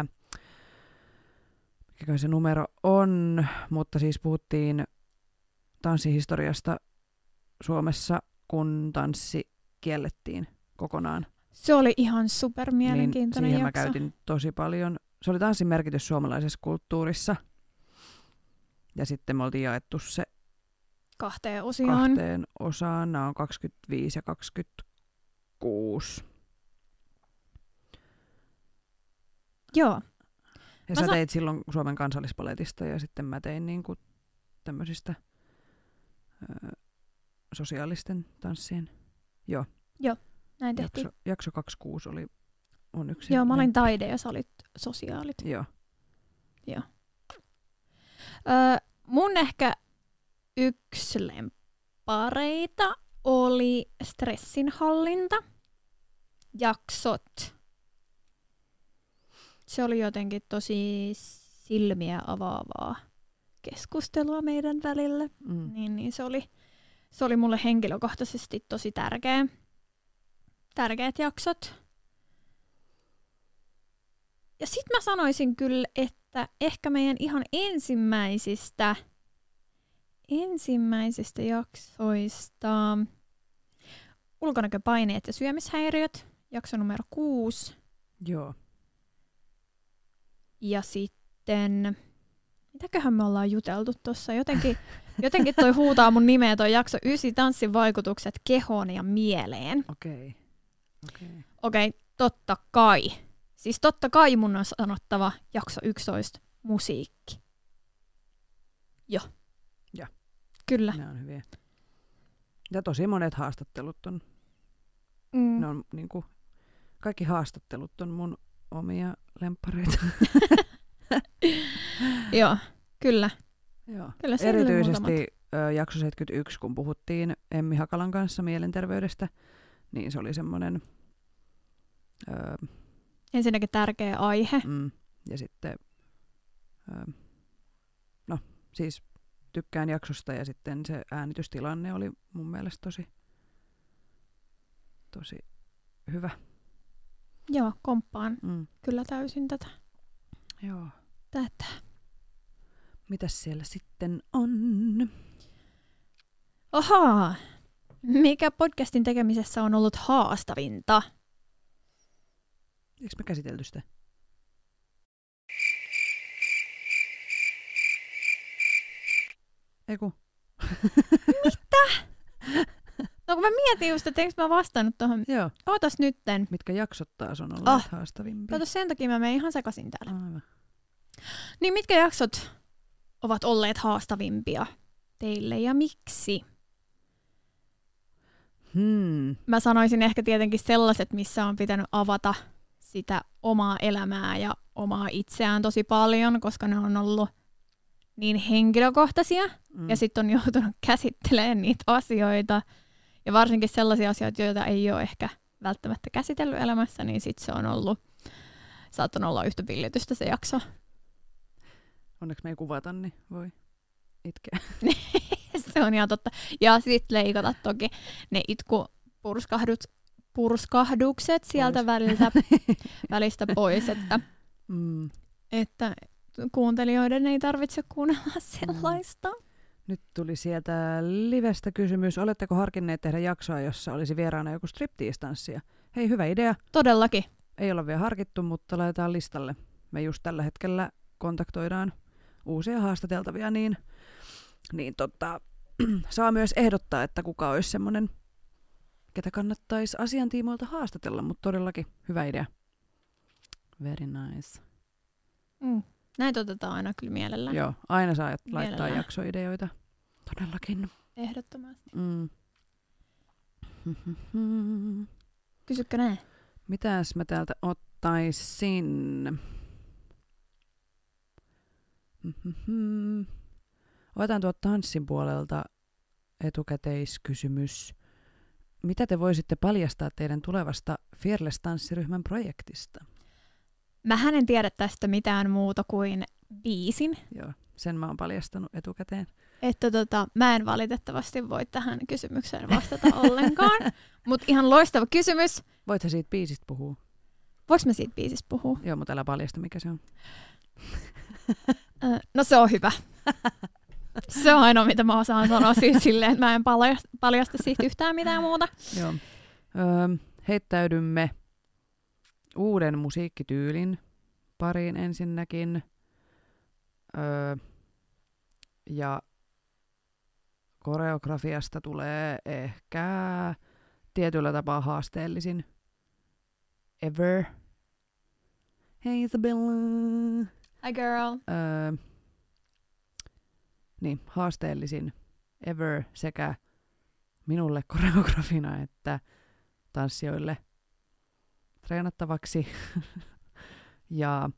mikä se numero on, mutta siis puhuttiin tanssihistoriasta Suomessa, kun tanssi kiellettiin kokonaan. Se oli ihan super mielenkiintoinen niin jakso. Siihen mä käytin tosi paljon. Se oli tanssin merkitys suomalaisessa kulttuurissa. Ja sitten me oltiin jaettu se kahteen osioon. kahteen osaan. Nämä on kaksikymmentäviisi ja kaksikymmentäkuusi. Joo. Ja Mä sä sa- teit silloin Suomen kansallispaletista ja sitten mä tein niinku tämmöisistä ö, sosiaalisten tanssien. Joo. Näin tehtiin. Jakso, jakso kaksikymmentäkuusi oli, on yksi. Joo, mä olin lemppari. taide ja sä olit sosiaalit. Joo. Öö, mun ehkä yksi lemppareita oli stressinhallinta. Jaksot. Se oli jotenkin tosi silmiä avaavaa keskustelua meidän välillä. Mm. Niin, niin se, oli, se oli mulle henkilökohtaisesti tosi tärkeä. Tärkeät jaksot. Ja sit mä sanoisin kyllä, että ehkä meidän ihan ensimmäisistä, ensimmäisistä jaksoista ulkonäköpaineet ja syömishäiriöt, jakso numero kuusi. Joo. Ja sitten, mitäköhän me ollaan juteltu tuossa? Jotenkin, jotenkin toi huutaa mun nimeä toi jakso ysi, tanssin vaikutukset kehoon ja mieleen. Okei. Okay. Okay. Okei, okay, totta kai. Siis totta kai mun on sanottava jakso yksitoista, musiikki. Joo. Ja. Kyllä. Ne on hyviä. Ja tosi monet haastattelut on, Mm. ne on niinku, kaikki haastattelut on mun omia lemppareita. Joo, kyllä. Joo. Kyllä siellä oli muutamat. Erityisesti ö, jakso seitsemänkymmentäyksi, kun puhuttiin Emmi Hakalan kanssa mielenterveydestä, niin se oli semmoinen, ö, Ensinnäkin tärkeä aihe. mm, ja sitten, ö, no siis tykkään jaksosta ja sitten se äänitystilanne oli mun mielestä tosi, tosi hyvä. Joo, komppaan Mm. kyllä täysin tätä. Joo. tätä. Mitäs siellä sitten on? Ahaa. Mikä podcastin tekemisessä on ollut haastavinta? Eikö me käsitelty sitä? Eiku. Mitä? No kun mä mietin just, että eikö mä vastannut tuohon. Joo. Ootas nytten. Mitkä jaksot taas on olleet Ah. haastavimpia? Kato, sen takia mä menen ihan sekaisin täällä. Aivan. Niin mitkä jaksot ovat olleet haastavimpia teille ja miksi? Hmm. Mä sanoisin ehkä tietenkin sellaiset, missä on pitänyt avata sitä omaa elämää ja omaa itseään tosi paljon, koska ne on ollut niin henkilökohtaisia. Mm. Ja sitten on joutunut käsittelemään niitä asioita. Ja varsinkin sellaisia asioita, joita ei ole ehkä välttämättä käsitellyt elämässä, niin sitten se on ollut, saattanut olla yhtä pillitystä se jakso. Onneksi me ei kuvata, niin voi itkeä. Se on ihan totta. Ja sitten leikata toki ne itkupurskahdut, purskahdukset sieltä Pois. väliltä, välistä pois, että, Mm. että kuuntelijoiden ei tarvitse kuunnella sellaista. Nyt tuli sieltä livestä kysymys. Oletteko harkinneet tehdä jaksoa, jossa olisi vieraana joku striptease-tanssia? Hei, hyvä idea. Todellakin. Ei olla vielä harkittu, mutta laitetaan listalle. Me just tällä hetkellä kontaktoidaan uusia haastateltavia, niin, niin tota, saa myös ehdottaa, että kuka olisi semmoinen, ketä kannattaisi asiantiimoilta haastatella, mutta todellakin hyvä idea. Very nice. Mm. Näitä otetaan aina kyllä mielellään. Joo, aina saa laittaa Mielellään. jaksoideoita. Todellakin. Ehdottomasti. Mm. Kysykö näin? Mitäs mä täältä ottaisin? Otan tuolta tanssin puolelta etukäteiskysymys. Mitä te voisitte paljastaa teidän tulevasta Fearless-tanssiryhmän projektista? Mähän en tiedä tästä mitään muuta kuin biisin. Joo, sen mä oon paljastanut etukäteen. Että tota, mä en valitettavasti voi tähän kysymykseen vastata ollenkaan. Mutta ihan loistava kysymys. Voitko siitä biisistä puhua? Voinko mä siitä biisistä puhua? Joo, mutta älä paljasta, mikä se on. Ö, no se on hyvä. Se on ainoa, mitä mä osaan sanoa siis silleen, että mä en paljasta, paljasta siitä yhtään mitään muuta. Joo. Öö, heittäydymme uuden musiikkityylin pariin ensinnäkin. Öö, ja koreografiasta tulee ehkä tietyllä tapaa haasteellisin ever. Hei Isabella. Hi girl. Öö, niin, haasteellisin ever sekä minulle koreografina että tanssijoille treenattavaksi. Ja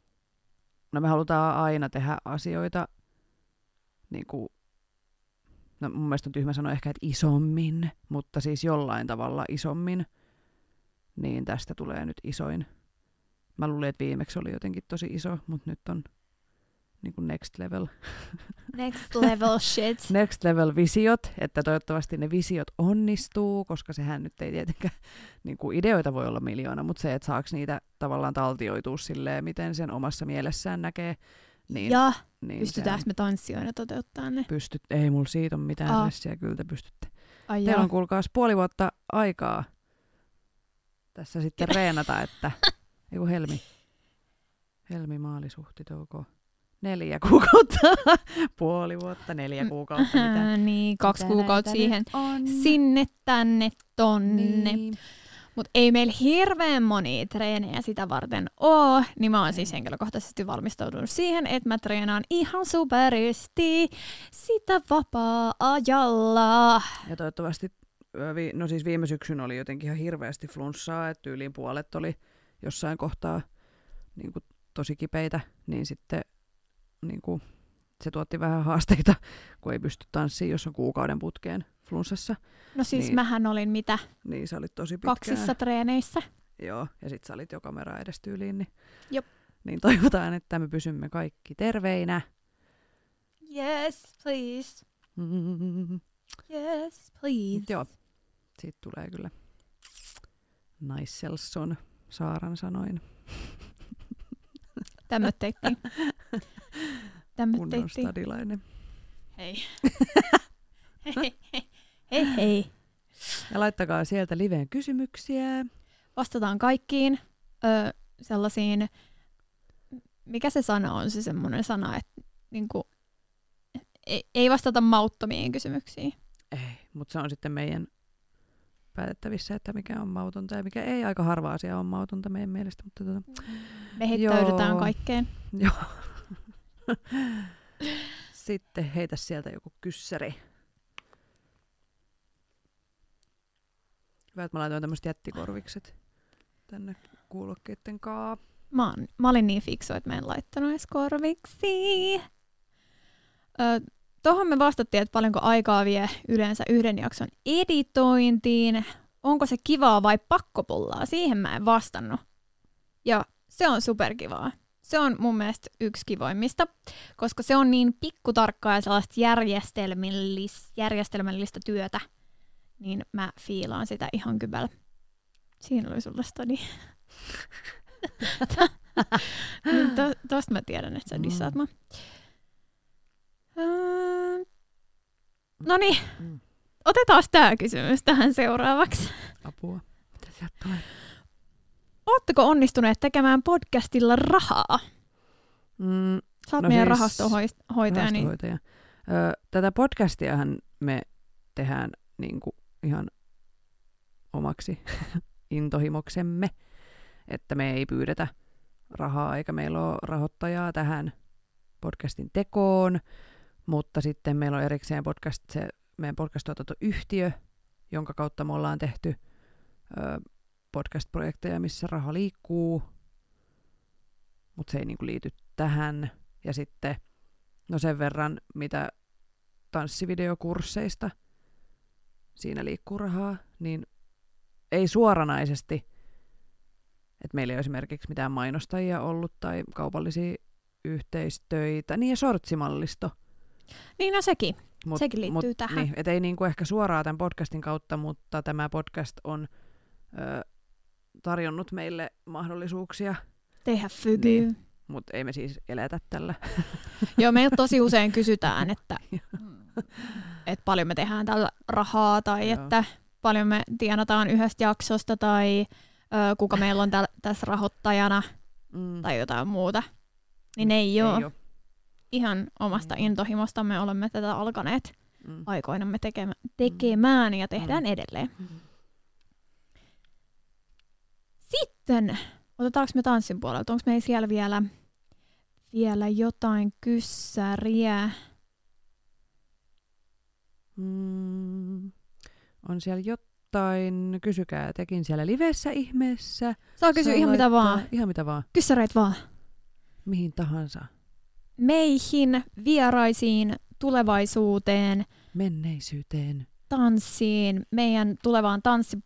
no me halutaan aina tehdä asioita niin kuin, no mun mielestä on tyhmä sanoa ehkä, että isommin, mutta siis jollain tavalla isommin, niin tästä tulee nyt isoin. Mä luulin, että viimeksi oli jotenkin tosi iso, mutta nyt on niin kuin next level. Next level shit. Next level visiot, että toivottavasti ne visiot onnistuu, koska sehän nyt ei tietenkään, niin kuin ideoita voi olla miljoona, mutta se, että saaks niitä tavallaan taltioitua silleen, miten sen omassa mielessään näkee. Niin, ja niin pystytäänkö me tanssijoina toteuttaa ne? Pystyt, ei mulla siitä ole mitään Aa. ressiä, kyllä te pystytte. Ai Teillä joo. on kuulkaas puoli vuotta aikaa tässä sitten reenata, että eiku helmi, helmi, maalisuhti, touko, neljä kuukautta, puoli vuotta, neljä kuukautta, mitä, niin, kaksi mitä kuukautta näitä siihen. nyt on. Sinne, tänne, tonne. Niin. Mutta ei meillä hirveän monia treenejä sitä varten ole, niin mä oon siis henkilökohtaisesti valmistautunut siihen, että mä treenaan ihan superisti sitä vapaa-ajalla. Ja toivottavasti, no siis viime syksyn oli jotenkin ihan hirveästi flunssaa, että tyyliin puolet oli jossain kohtaa niin kuin tosi kipeitä, niin sitten niin kuin, se tuotti vähän haasteita, kun ei pysty tanssimaan, jos on kuukauden putkeen flunssassa. No siis niin, mähän olin mitä? Niin, sä olit tosi pitkään. Kaksissa treeneissä. Joo, ja sit sä olit jo kamera edes tyyliin. Niin, Jop. niin toivotaan, että me pysymme kaikki terveinä. Yes, please. Mm-hmm. Yes, please. Joo, siitä tulee kyllä Naisselson Saaran sanoin. Tämmötteittiin. Kunnon Tämmötteittiin. stadilainen. Hei. hei, hei, hei, hei. Ja laittakaa sieltä liveen kysymyksiä. Vastataan kaikkiin ö, sellaisiin, mikä se sana on, se semmoinen sana, että niinku, ei, ei vastata mauttomiin kysymyksiin. Ei, mutta se on sitten meidän päätettävissä, että mikä on mautonta ja mikä ei. Aika harva asia on mautonta meidän mielestä. Mutta tuota, Me heittäydytään joo. kaikkeen. Joo. Sitten heitä sieltä joku kyssäri. Hyvä, että mä laitoin tämmöiset jättikorvikset tänne kuulokkeitten kaa. Mä, oon, mä olin niin fiksu, että mä en laittanut edes korviksi. Ö, Tuohon me vastattiin, että paljonko aikaa vie yleensä yhden jakson editointiin. Onko se kivaa vai pakkopullaa? Siihen mä en vastannut. Ja se on superkivaa. Se on mun mielestä yksi kivoimmista, koska se on niin pikkutarkkaa ja sellaista järjestelmällis- järjestelmällistä työtä, niin mä fiilaan sitä ihan kybällä. Siinä oli sulle stadi. to, tosta mä tiedän, että sä dissaat mua. Öö, Noniin, Mm. otetaan tää kysymys tähän seuraavaksi. Apua. Mitä sieltä tulee? Ootteko onnistuneet tekemään podcastilla rahaa? Mm, Sä oot No meidän siis- rahastohoitaja, niin rahastohoitaja. Ö, tätä podcastiahan me tehdään niin kuin ihan omaksi intohimoksemme, että me ei pyydetä rahaa eikä meillä ole rahoittajaa tähän podcastin tekoon, mutta sitten meillä on erikseen podcast, se meidän podcast-tuotantoyhtiö, jonka kautta me ollaan tehty ö, podcast-projekteja, missä raha liikkuu, mutta se ei niinku liity tähän. Ja sitten no sen verran, mitä tanssivideokursseista siinä liikkuu rahaa, niin ei suoranaisesti, että meillä ei ole esimerkiksi mitään mainostajia ollut tai kaupallisia yhteistöitä, niin ja sortsimallisto. niin no sekin. Mut, Sekin liittyy tähän. Niin, et ei niinku ehkä suoraan tämän podcastin kautta, mutta tämä podcast on ö, tarjonnut meille mahdollisuuksia, Tehdä fygyy. Niin. mutta ei me siis eletä tällä. Joo, meiltä tosi usein kysytään, että, että paljon me tehdään tällä rahaa tai Joo. että paljon me tienataan yhdestä jaksosta tai ö, kuka meillä on täl, tässä rahoittajana Mm. tai jotain muuta. Niin ei ole. Ei oo. Ihan omasta Mm. intohimostamme olemme tätä alkaneet Mm. aikoinamme tekemä, tekemään ja tehdään Mm. edelleen. Mm. Sitten Otetaanko me tanssin puolelta? Onko meillä siellä vielä, vielä jotain kyssäriä? Mm, on siellä jotain, kysykää tekin siellä livessä ihmeessä. Saa kysyä Saa ihan mitä laittaa- vaan. Ihan mitä vaan. Kyssäreit vaan. Mihin tahansa. Meihin, vieraisiin, tulevaisuuteen, Menneisyyteen. tanssiin, meidän tulevaan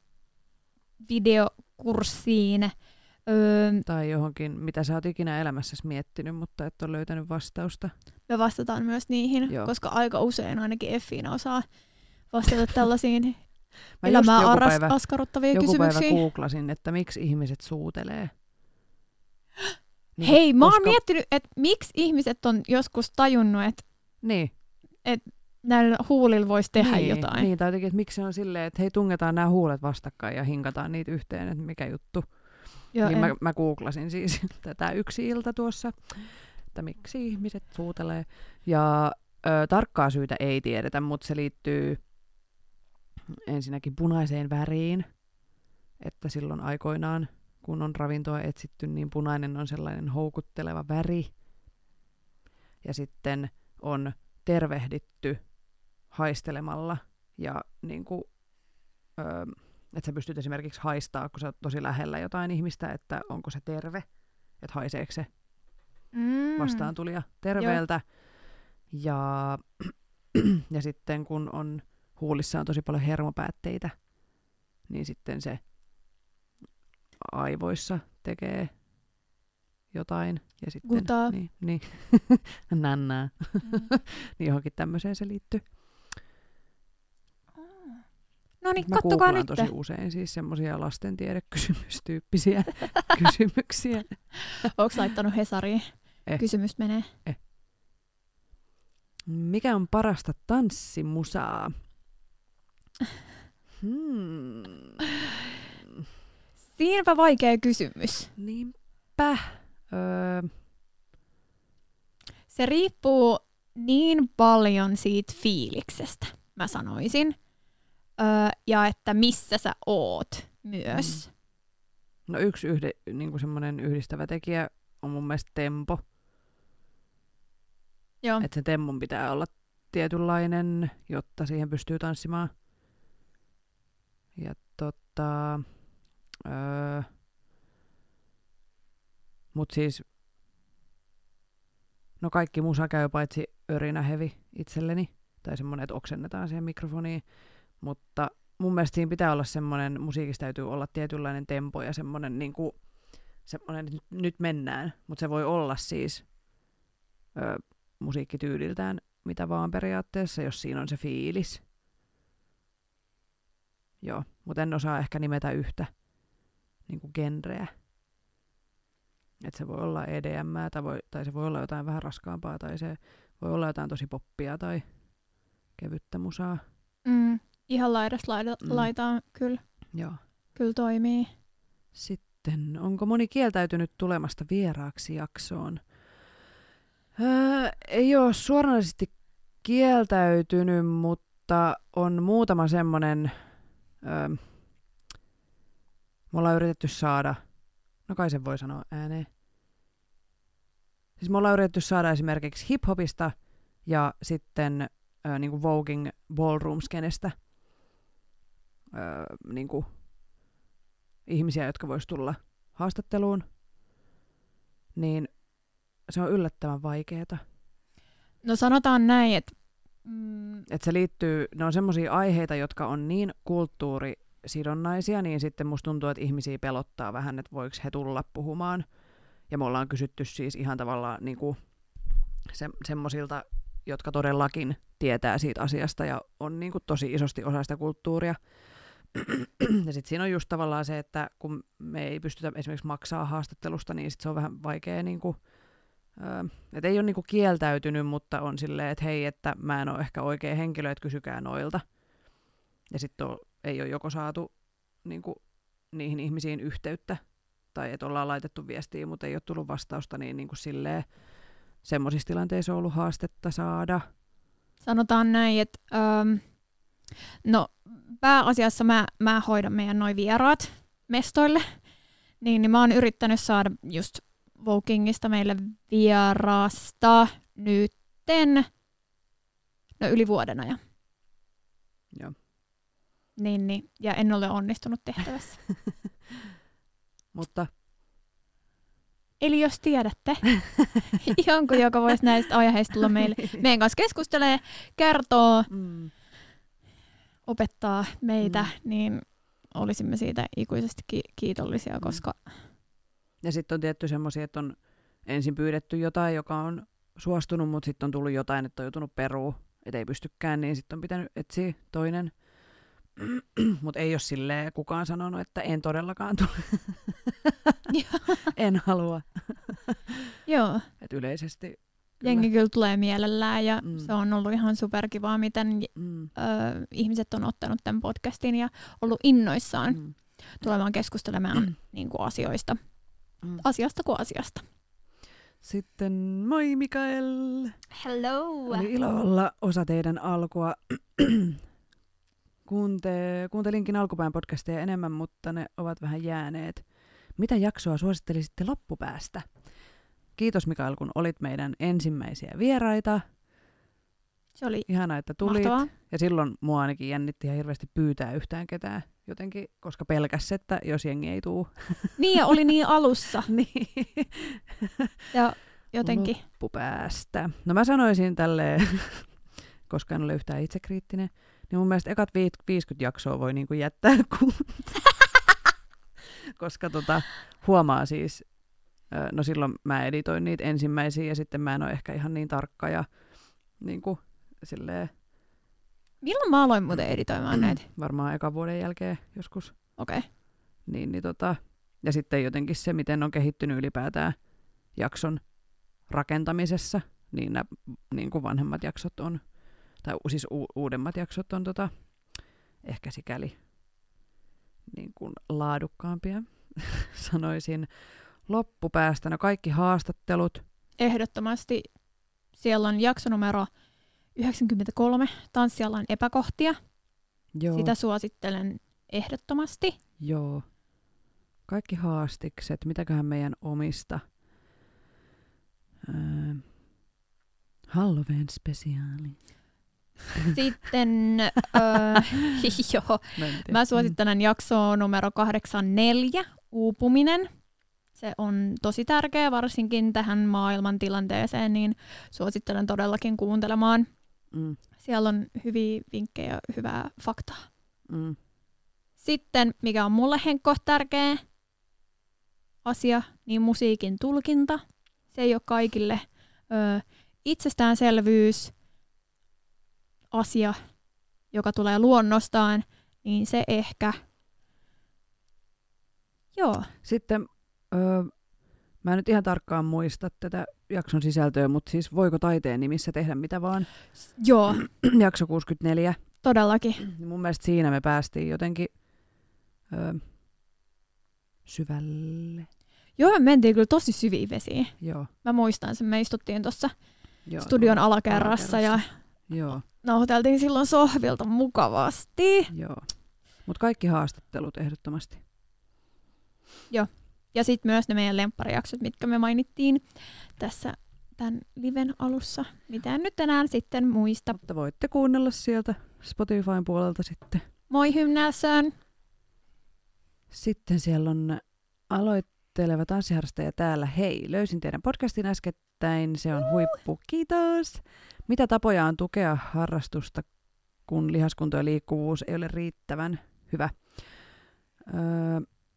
tanssivideokurssiin. Öö, Tai johonkin, mitä sä oot ikinä elämässäsi miettinyt, mutta et ole löytänyt vastausta. me vastataan myös niihin, Joo. koska aika usein ainakin Effiina osaa vastata tällaisiin Mä just elämää joku arras- päivä, askarruttavia joku päivä kysymyksiä. googlasin, että miksi ihmiset suutelee. Niin, Hei, mä oon koska- miettinyt, että miksi ihmiset on joskus tajunnut, että Niin, näillä huulilla voisi tehdä niin, jotain. Niin, tai jotenkin, että miksi se on silleen, että hei, tungetaan nämä huulet vastakkain ja hinkataan niitä yhteen, että mikä juttu. Joo, Niin en- mä, mä googlasin siis tätä yksi ilta tuossa, että miksi ihmiset suutelee. Ja ö, tarkkaa syytä ei tiedetä, mutta se liittyy ensinnäkin punaiseen väriin, että silloin aikoinaan, kun on ravintoa etsitty, niin punainen on sellainen houkutteleva väri. Ja sitten on tervehditty haistelemalla ja niin kuin, ö, että sä pystyt esimerkiksi haistaa, kun sä oot tosi lähellä jotain ihmistä, että onko se terve, että haiseeko se mm. vastaan tulija terveeltä. Ja, ja sitten kun on huulissa on tosi paljon hermopäätteitä, niin sitten se aivoissa tekee jotain. Ja sitten, Gutaa. niin, niin. Nännää. Mm. Niin johonkin tämmöiseen se liittyy. No niin, Mä kattokaa googlaan nyt. tosi usein siis semmoisia lastentiedekysymystyyppisiä kysymyksiä. Onko laittanut Hesariin? Eh. Kysymys menee. Mikä on parasta tanssimusaa? Hmm. Siinäpä vaikea kysymys. Niinpä. Öö, Se riippuu niin paljon siitä fiiliksestä, mä sanoisin. Öö, ja että missä sä oot myös. Mm. no yksi yhde, niinku semmoinen yhdistävä tekijä on mun mielestä tempo. Joo. Että se tempon pitää olla tietynlainen, jotta siihen pystyy tanssimaan. Ja tota... Öö, mut siis... No kaikki musa käy paitsi örinähevi itselleni. Tai semmonen, että oksennetaan siihen mikrofoniin. Mutta mun mielestä siinä pitää olla semmonen, musiikissa täytyy olla tietynlainen tempo ja semmonen niinku... Semmonen, että nyt, nyt mennään. Mutta se voi olla siis... Öö, musiikkityyliltään mitä vaan periaatteessa, jos siinä on se fiilis. Joo, mutta en osaa ehkä nimetä yhtä niin kuin genreä. Et se voi olla E D M tai, voi, tai se voi olla jotain vähän raskaampaa tai se voi olla jotain tosi poppia tai kevyttä musaa. Mm. Ihan laidasta laida, Mm. laitaan kyllä, Joo. kyllä toimii. Sitten, onko moni kieltäytynyt tulemasta vieraaksi jaksoon? Öö, ei ole suoranaisesti kieltäytynyt, mutta on muutama semmoinen, öö, me ollaan yritetty saada, no kai sen voi sanoa ääneen. Siis me ollaan yritetty saada esimerkiksi hip-hopista ja sitten öö, niinku Voging ballroom-skenestä öö, niinku ihmisiä, jotka vois tulla haastatteluun, niin se on yllättävän vaikeeta. No sanotaan näin, että mm, Että se liittyy, ne on semmoisia aiheita, jotka on niin kulttuurisidonnaisia, niin sitten musta tuntuu, että ihmisiä pelottaa vähän, että voiko he tulla puhumaan. Ja me ollaan kysytty siis ihan tavallaan niinku se, semmoisilta, jotka todellakin tietää siitä asiasta ja on niinku tosi isosti osa sitä kulttuuria. Ja sitten siinä on just tavallaan se, että kun me ei pystytä esimerkiksi maksaa haastattelusta, niin sit se on vähän vaikea niinku, Öö, et ei ole niinku kieltäytynyt, mutta on silleen, että hei, että mä en ole ehkä oikea henkilö, että kysykää noilta. Ja sitten ei ole joko saatu niinku, niihin ihmisiin yhteyttä, tai että ollaan laitettu viestiä, mutta ei ole tullut vastausta, niin niinku silleen semmoisissa tilanteissa on ollut haastetta saada. sanotaan näin, että ähm, no pääasiassa mä, mä hoidan meidän noi vieraat mestoille, Niin, niin mä oon yrittänyt saada just Vokingista meille vierasta nytten no yli vuoden ajan. Joo. Niin, niin, ja en ole onnistunut tehtävässä. Mutta eli jos tiedätte jonkun, joka voisi näistä aiheista tulla meille, meidän kanssa keskustelee, kertoo, mm. opettaa meitä, Mm. niin olisimme siitä ikuisesti ki- kiitollisia, Mm. koska... Ja sitten on tietty semmoisia, että on ensin pyydetty jotain, joka on suostunut, mutta sitten on tullut jotain, että on joutunut peruu, että ei pystykään, niin sitten on pitänyt etsiä toinen. Mutta ei ole silleen kukaan sanonut, että en todellakaan tule. En halua. Joo. Et yleisesti kyllä. Jengi kyllä tulee mielellään ja Mm. se on ollut ihan superkivaa, miten Mm. ö, ihmiset on ottanut tämän podcastin ja ollut innoissaan Mm. tulemaan keskustelemaan mm. niin kuin asioista. Mm. Asiasta kuin asiasta. Sitten moi Mikael! Hello! Oli ilo olla osa teidän alkua. Kuunte, kuuntelinkin alkupään podcasteja enemmän, mutta ne ovat vähän jääneet. Mitä jaksoa suosittelisitte loppupäästä? Kiitos Mikael, kun olit meidän ensimmäisiä vieraita. Se oli Ihanaa, että tulit. mahtavaa. Ja silloin mua ainakin jännitti ihan hirveästi pyytää yhtään ketään jotenkin, koska pelkäs, että jos jengi ei tuu. Niin, ja oli niin alussa. niin. Ja jotenkin. Loppupäästä. No mä sanoisin tälleen, koska en ole yhtään itsekriittinen, niin mun mielestä ekat viisikymmentä jaksoa voi niinku jättää, kun... koska tota, huomaa siis, no silloin mä editoin niitä ensimmäisiä ja sitten mä en ole ehkä ihan niin tarkka ja niinku silleen... Milloin mä aloin muuten editoimaan näitä? Varmaan ekan vuoden jälkeen joskus. Okei. Okay. Niin, niin tota, ja sitten jotenkin se, miten on kehittynyt ylipäätään jakson rakentamisessa, niin nämä niin kuin vanhemmat jaksot on, tai siis u- uudemmat jaksot on tota, ehkä sikäli niin kuin laadukkaampia, sanoisin. Loppupäästä, no kaikki haastattelut. Ehdottomasti siellä on jaksonumero yhdeksänkymmentäkolme, tanssialan epäkohtia. Joo. Sitä suosittelen ehdottomasti. Joo. Kaikki haastikset, mitäköhän meidän omista. Öö, Halloween spesiaali. Sitten, öö, joo, mä suosittelen jaksoa numero kahdeksankymmentäneljä, uupuminen. Se on tosi tärkeä, varsinkin tähän maailmantilanteeseen, niin suosittelen todellakin kuuntelemaan. Mm. Siellä on hyviä vinkkejä ja hyvää faktaa. Mm. Sitten, mikä on mulle Henkko tärkeä asia, niin musiikin tulkinta. Se ei ole kaikille ö, itsestäänselvyys, asia, joka tulee luonnostaan, niin se ehkä, joo. Sitten, öö, mä en nyt ihan tarkkaan muista tätä jakson sisältöä, mutta siis voiko taiteen nimissä tehdä mitä vaan? Joo. Jakso kuusikymmentäneljä. Todellakin. Mun mielestä siinä me päästiin jotenkin öö, syvälle. Joo, me mentiin kyllä tosi syviin vesiin. Joo. Mä muistan sen, me istuttiin tuossa Joo, studion alakerrassa, alakerrassa ja Joo. nauhoiteltiin silloin sohvilta mukavasti. Joo. Mutta kaikki haastattelut ehdottomasti. Joo. Ja sitten myös ne meidän lempparijaksot, mitkä me mainittiin tässä tämän liven alussa. Mitä en nyt enää sitten muista. Mutta voitte kuunnella sieltä Spotifyn puolelta sitten. Moi Hymnäsön! Sitten siellä on aloitteleva tanssiharrastaja täällä. Hei, löysin teidän podcastin äskettäin. Se on huippu. Kiitos! Mitä tapoja on tukea harrastusta, kun lihaskunto ja liikkuvuus ei ole riittävän hyvä? Öö,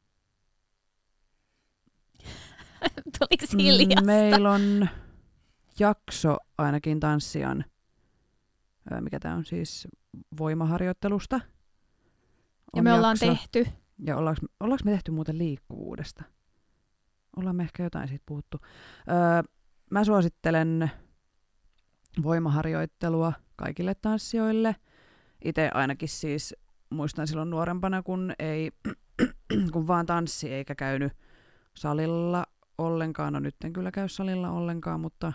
Tuliko hiljasta? Meillä on jakso ainakin tanssijan, öö, mikä tämä on siis, voimaharjoittelusta. On ja me ollaan jakso. tehty. Ja ollaanko, ollaanko me tehty muuten liikkuvuudesta? Ollaan me ehkä jotain siitä puhuttu. Öö, mä suosittelen voimaharjoittelua kaikille tanssijoille. Itse ainakin siis muistan silloin nuorempana, kun, ei, kun vaan tanssi eikä käynyt salilla ollenkaan. No nyt en kyllä käy salilla ollenkaan, mutta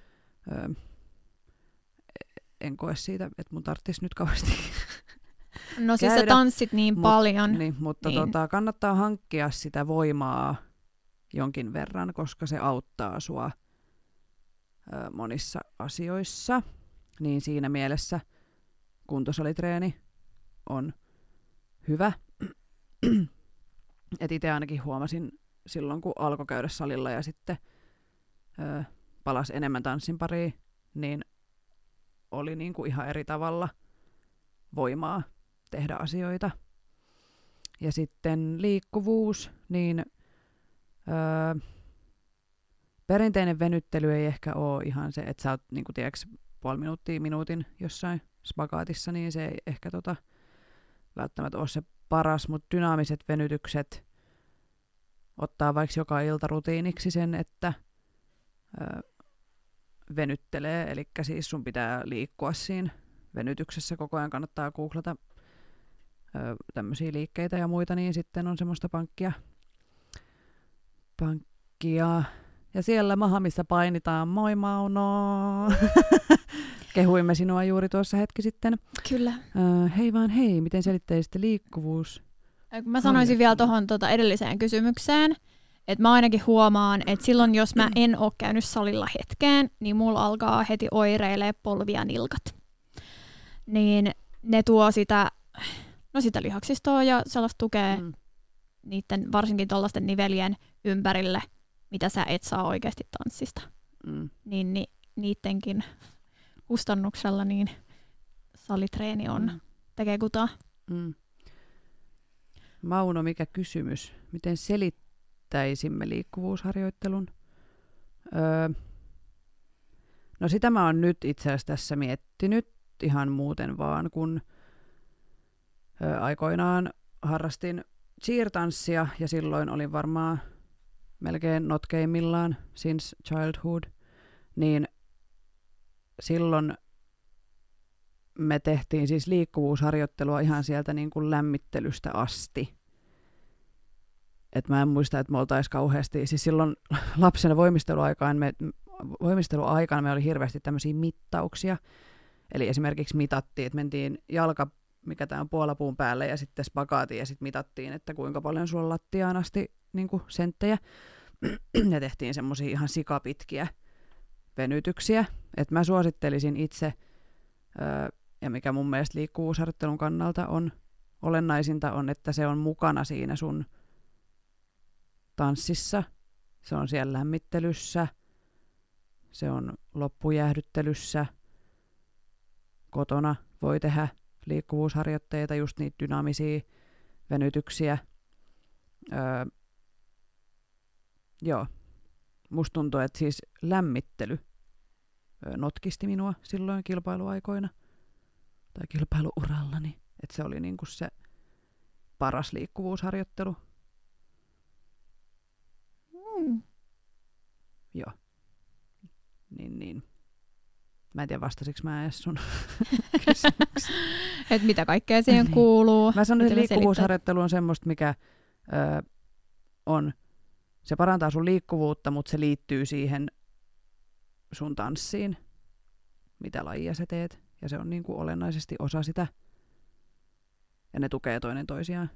öö, en koe siitä, että mun tarvitsisi nyt kauheasti No siis käydä. sä tanssit niin Mut, paljon. Niin, mutta niin. Tota, kannattaa hankkia sitä voimaa jonkin verran, koska se auttaa sua ö, monissa asioissa. Niin siinä mielessä kuntosalitreeni on hyvä. Et itse ainakin huomasin silloin, kun alkoi käydä salilla ja sitten ö, palasi enemmän tanssin pariin, niin oli niinku ihan eri tavalla voimaa tehdä asioita. Ja sitten liikkuvuus, niin öö, perinteinen venyttely ei ehkä ole ihan se, että sä oot niinku tiedäks puoli minuuttia minuutin jossain spagaatissa, niin se ei ehkä tota, välttämättä ole se paras, mutta dynaamiset venytykset ottaa vaikka joka ilta rutiiniksi sen, että öö, venyttelee, eli siis sun pitää liikkua siinä venytyksessä, koko ajan kannattaa googlata ö, tämmöisiä liikkeitä ja muita, niin sitten on semmoista pankkia, pankkia. Ja siellä maha, missä painitaan, moi Mauno! Kehuimme sinua juuri tuossa hetki sitten. Kyllä. Ö, hei vaan hei, miten selittäisitte liikkuvuus? Mä sanoisin vielä tuohon tota edelliseen kysymykseen, että mä ainakin huomaan, että silloin jos mä en ole käynyt salilla hetkeen, niin mulla alkaa heti oireilee polvi ja nilkat. Niin ne tuo sitä, no sitä lihaksistoa ja sellaista tukea mm. niiden, varsinkin tuollaisten nivelien ympärille, mitä sä et saa oikeasti tanssista. Mm. Niin, niin niidenkin kustannuksella niin salitreeni on, mm. tekee kutaa. Mm. Mauno, mikä kysymys? Miten selittäisimme liikkuvuusharjoittelun? Öö, no sitä mä oon nyt itse asiassa tässä miettinyt ihan muuten vaan, kun öö, aikoinaan harrastin cheer-tanssia ja silloin olin varmaan melkein notkeimmillaan since childhood, niin silloin me tehtiin siis liikkuvuusharjoittelua ihan sieltä niin kuin lämmittelystä asti. Et mä en muista, että me oltaisiin kauheasti, siis silloin lapsena voimisteluaikaan me, voimisteluaikaan me oli hirveästi tämmöisiä mittauksia. Eli esimerkiksi mitattiin, että mentiin jalka, mikä tämä on puolapuun päälle, ja sitten spagaatiin, ja sitten mitattiin, että kuinka paljon sulla on lattiaan asti niin kuin senttejä. Ja tehtiin semmoisia ihan sikapitkiä venytyksiä. Et mä suosittelisin itse, öö, ja mikä mun mielestä liikkuvuusharjoittelun kannalta on olennaisinta, on, että se on mukana siinä sun tanssissa. Se on siellä lämmittelyssä, se on loppujäähdyttelyssä. Kotona voi tehdä liikkuvuusharjoitteita, just niitä dynaamisia venytyksiä. Öö, joo, musta tuntuu, että siis lämmittely öö, notkisti minua silloin kilpailuaikoina tai kilpailuurallani, että se oli niinku se paras liikkuvuusharjoittelu. Mm. Joo. Niin, niin. Mä en tiedä, vastasiko mä edes sun kysymyksiin. Että mitä kaikkea siihen kuuluu. Mä sanon, että liikkuvuusharjoittelu on semmoista, mikä ö, on, se parantaa sun liikkuvuutta, mutta se liittyy siihen sun tanssiin, mitä lajia sä teet. Ja se on niin kuin olennaisesti osa sitä. Ja ne tukee toinen toisiaan.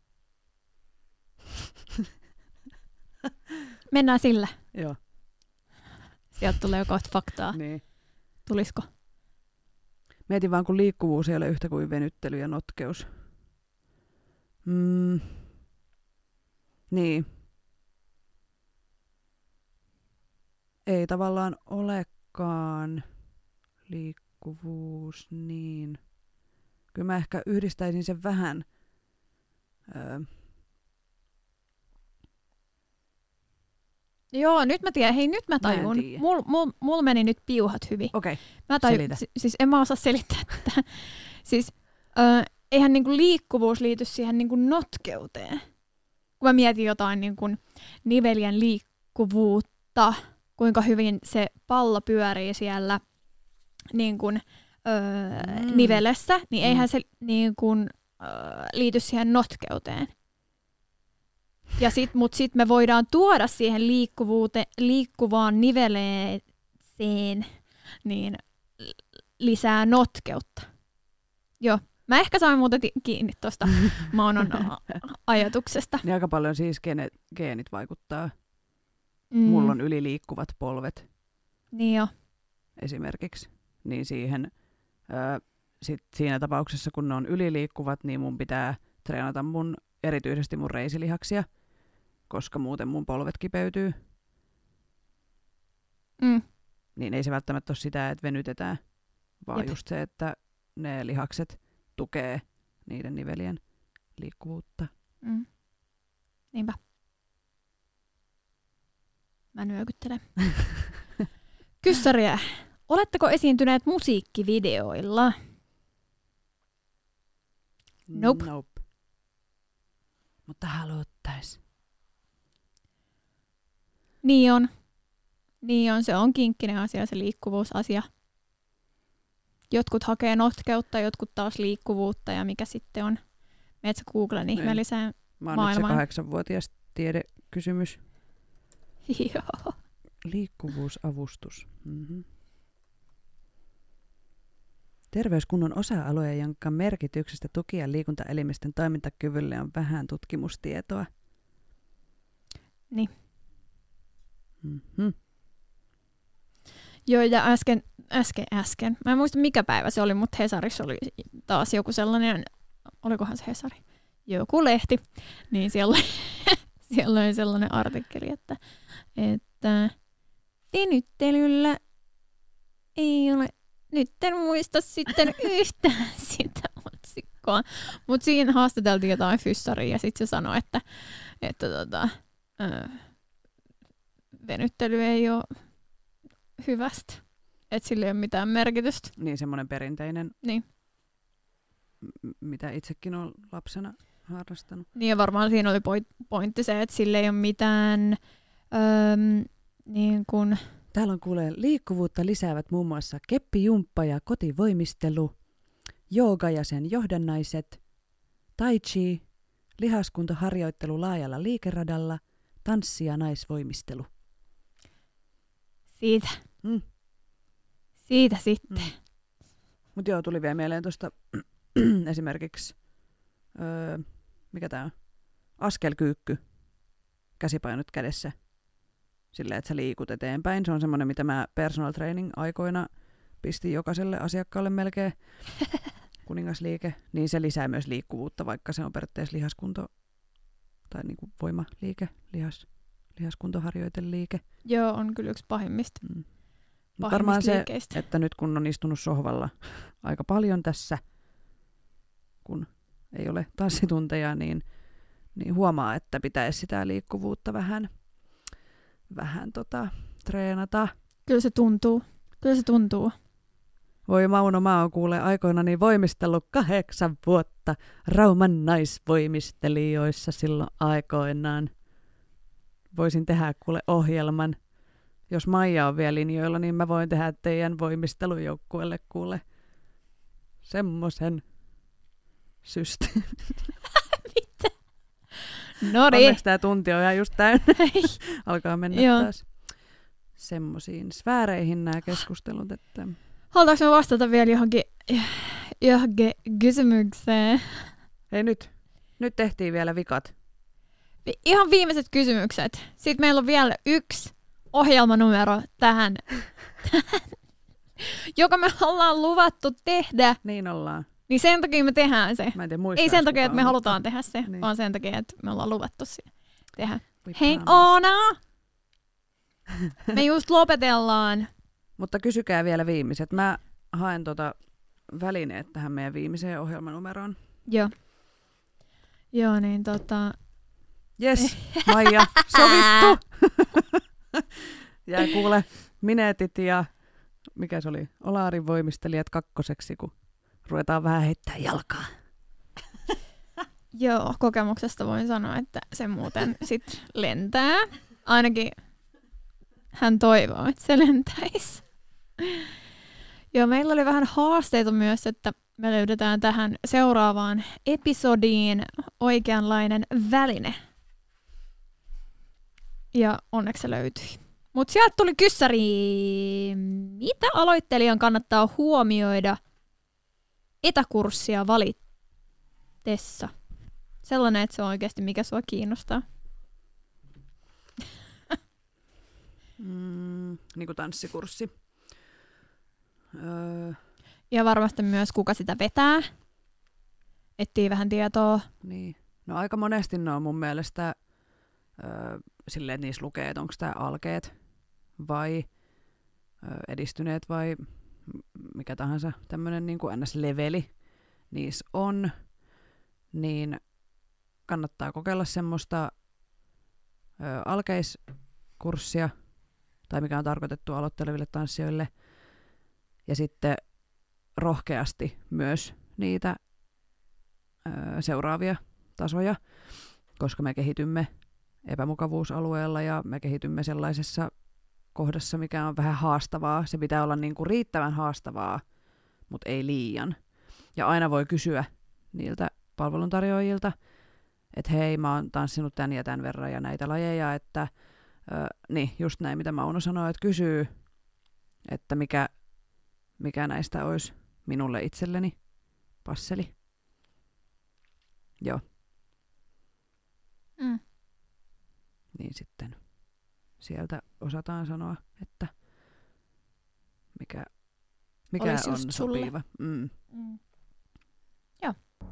Mennään sillä. Joo. Sieltä tulee kohta faktaa. Niin. Tulisiko? Mietin vaan, kun liikkuvuus ei ole yhtä kuin venyttely ja notkeus. Mm. Niin. Ei tavallaan olekaan liikkuvuus, niin. Kyllä mä ehkä yhdistäisin sen vähän. Öö. Joo, nyt mä tiedän. Hei, nyt mä tajun. Mulla mul, mul meni nyt piuhat hyvin. Okei, okay. Mä tajun, selitä. Si- siis en mä osaa selittää tätä. Siis ö, eihän niinku liikkuvuus liity siihen niinku notkeuteen. Kun mä mietin jotain niinku nivelien liikkuvuutta, kuinka hyvin se pallo pyörii siellä niinku, ö, mm. nivelessä, niin mm. eihän se niinku, ö, liity siihen notkeuteen. Ja sit, mut sit me voidaan tuoda siihen liikkuvuuteen, liikkuvaan niveleeseen niin lisää notkeutta. Joo. Mä ehkä sain muuten ti- kiinni tuosta Maunon a- ajatuksesta. Niin aika paljon siis gene- geenit vaikuttaa. Mm. Mulla on yliliikkuvat polvet Niin jo. esimerkiksi. Niin siihen, ö, sit siinä tapauksessa, kun ne on yliliikkuvat, niin mun pitää treenata mun, erityisesti mun reisilihaksia, koska muuten mun polvet kipeytyy. Mm. Niin ei se välttämättä ole sitä, että venytetään, vaan Jep. just se, että ne lihakset tukee niiden nivelien liikkuvuutta. Mm. Niinpä. Mä nyökyttelen. Kyssäriä. Oletteko esiintyneet musiikkivideoilla? Nope. Nope. Mutta haluttais. Niin on. Niin on. Se on kinkkinen asia, se liikkuvuusasia. Jotkut hakee notkeutta, jotkut taas liikkuvuutta ja mikä sitten on. Meet sä Googlen ihmeelliseen Mä oon maailmaan. nyt se kahdeksanvuotias tiedekysymys. Joo. Liikkuvuusavustus. Mm-hmm. Terveyskunnon osa-alue, jonka merkityksestä tuki- ja liikuntaelimistön toimintakyvylle on vähän tutkimustietoa. Niin. Mm-hmm. Joo, ja äsken, äsken, äsken. Mä en muista mikä päivä se oli, mutta Hesarissa oli taas joku sellainen, olikohan se Hesari? Joku lehti. Niin siellä, siellä oli sellainen artikkeli, että, että venyttelyllä ei ole, nyt en muista sitten yhtään sitä otsikkoa. Mutta siinä haastateltiin jotain fyssaria ja sitten se sanoi, että, että tota, ö, venyttely ei ole hyvästä. Että sillä ei ole mitään merkitystä. Niin semmoinen perinteinen, Niin. m- mitä itsekin olen lapsena harrastanut. Niin ja varmaan siinä oli pointti se, että sillä ei ole mitään öö, niin kuin... Täällä on kuulee liikkuvuutta lisäävät muun muassa keppijumppa ja kotivoimistelu, jooga ja sen johdannaiset, tai chi, lihaskuntoharjoittelu laajalla liikeradalla, tanssi ja naisvoimistelu. Siitä. Mm. Siitä sitten. Mm. Mutta joo, tuli vielä mieleen tuosta esimerkiksi, öö, mikä tää on, askelkyykky, käsipainot kädessä, silleen, että sä liikut eteenpäin. Se on semmoinen, mitä mä personal training aikoina pistin jokaiselle asiakkaalle melkein, kuningasliike. Niin se lisää myös liikkuvuutta, vaikka se on periaatteessa lihaskunto, tai niinku voimaliike, lihas, lihaskuntoharjoiteliike. Joo, on kyllä yksi pahimmista. Mm. Pahimmista Varmaan se, liikkeistä. että nyt kun on istunut sohvalla aika paljon tässä, kun ei ole tanssitunteja, niin, niin huomaa, että pitäisi sitä liikkuvuutta vähän, vähän tota, treenata. Kyllä se tuntuu. Kyllä se tuntuu. Voi Mauno, mä oon kuule aikoinani voimistellut kahdeksan vuotta Rauman naisvoimistelijoissa silloin aikoinaan. Voisin tehdä kuule ohjelman. Jos Maija on vielä linjoilla, niin mä voin tehdä teidän voimistelujoukkueelle kuule semmoisen systeemin. Mitä? Nori. Onneksi tää tunti on ihan just täynnä. Alkaa mennä Joo. taas semmosiin sfääreihin nämä keskustelut. Että... Halutaanko me vastata vielä johonkin, johonkin kysymykseen? Hei nyt. Nyt tehtiin vielä vikat. Vi- Ihan viimeiset kysymykset. Sitten meillä on vielä yksi ohjelmanumero tähän, joka me ollaan luvattu tehdä. Niin ollaan. Niin sen takia me tehdään se. Mä en tiedä, Ei sen takia, että me mutta... halutaan tehdä se, Niin. vaan sen takia, että me ollaan luvattu se tehdä. We Hei promise. Oona! Me just lopetellaan. Mutta kysykää vielä viimeiset. Mä haen tota välineet tähän meidän viimeiseen ohjelmanumeroon. Joo. Joo, niin tota... Jes, Maija, sovittu. Jää kuule mineetit ja mikä se oli, Olaarin voimistelijat kakkoseksi, kun ruvetaan vähän heittää jalkaa. Joo, kokemuksesta voin sanoa, että se muuten sit lentää. Ainakin hän toivoo, että se lentäisi. Joo, meillä oli vähän haasteita myös, että me löydetään tähän seuraavaan episodiin oikeanlainen väline. Ja onneksi se löytyi. Mutta sieltä tuli kyssäri. Mitä aloittelijan kannattaa huomioida etäkurssia valitessa? Sellainen, että se on oikeasti mikä sua kiinnostaa. Mm, niin kuin tanssikurssi. Öö. Ja varmasti myös kuka sitä vetää. Etsii vähän tietoa. Niin. No aika monesti ne on mun mielestä öö, silleen, että niissä lukee, että onko tämä alkeet vai öö, edistyneet vai mikä tahansa tämmöinen niin kuin N S-leveli niissä on, niin kannattaa kokeilla semmoista öö, alkeiskurssia, tai mikä on tarkoitettu aloitteleville tanssijoille, ja sitten rohkeasti myös niitä öö, seuraavia tasoja, koska me kehitymme epämukavuusalueella ja me kehitymme sellaisessa kohdassa, mikä on vähän haastavaa. Se pitää olla niin kuin riittävän haastavaa, mutta ei liian. Ja aina voi kysyä niiltä palveluntarjoajilta, että hei, mä oon tanssinut tän ja tän verran ja näitä lajeja, että ö, niin, just näin, mitä Mauno sanoi, että kysyy, että mikä, mikä näistä olisi minulle itselleni passeli. Joo. Mm. Niin sitten sieltä osataan sanoa, että mikä, mikä Olis on just sopiva. Mm. Mm. Joo.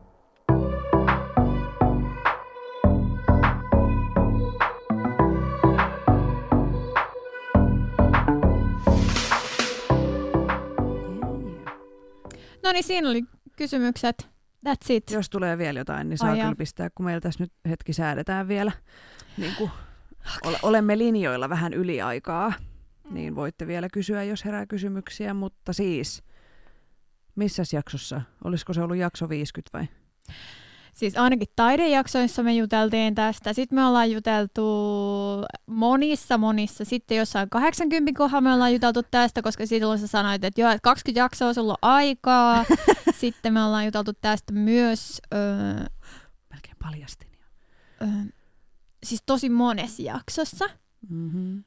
No niin, siinä oli kysymykset. That's it. Jos tulee vielä jotain, niin saa Ai kyllä joo. pistää, kun meillä tässä nyt hetki säädetään vielä. Niin kuin ole, olemme linjoilla vähän yli aikaa, niin voitte vielä kysyä, jos herää kysymyksiä. Mutta siis, missäs jaksossa? Olisiko se ollut jakso viisikymmentä vai? Siis ainakin taidejaksoissa me juteltiin tästä. Sitten me ollaan juteltu monissa, monissa. Sitten jossain kahdeksankymmentä kohdalla me ollaan juteltu tästä, koska silloin sä sanoit, että joo, että kaksikymmentä jaksoa sulla on aikaa. Sitten me ollaan juteltu tästä myös... Öö, Melkein paljastin jo. öö, siis tosi monessa jaksossa. Mm-hmm.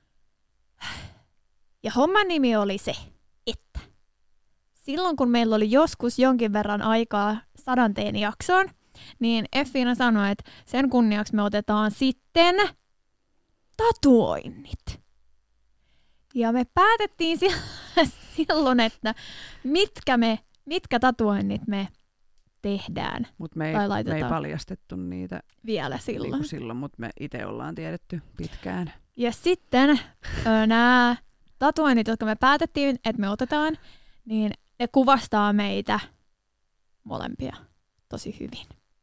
Ja homman nimi oli se, että silloin kun meillä oli joskus jonkin verran aikaa sadanteen jaksoon, niin Effiina sanoi, että sen kunniaksi me otetaan sitten tatuoinnit. Ja me päätettiin silloin, että mitkä, me, mitkä tatuoinnit me tehdään. Mutta me, me ei paljastettu niitä vielä silloin. Niin silloin, mutta me itse ollaan tiedetty pitkään. Ja sitten nämä tatuoinnit, jotka me päätettiin, että me otetaan, niin ne kuvastaa meitä molempia tosi hyvin.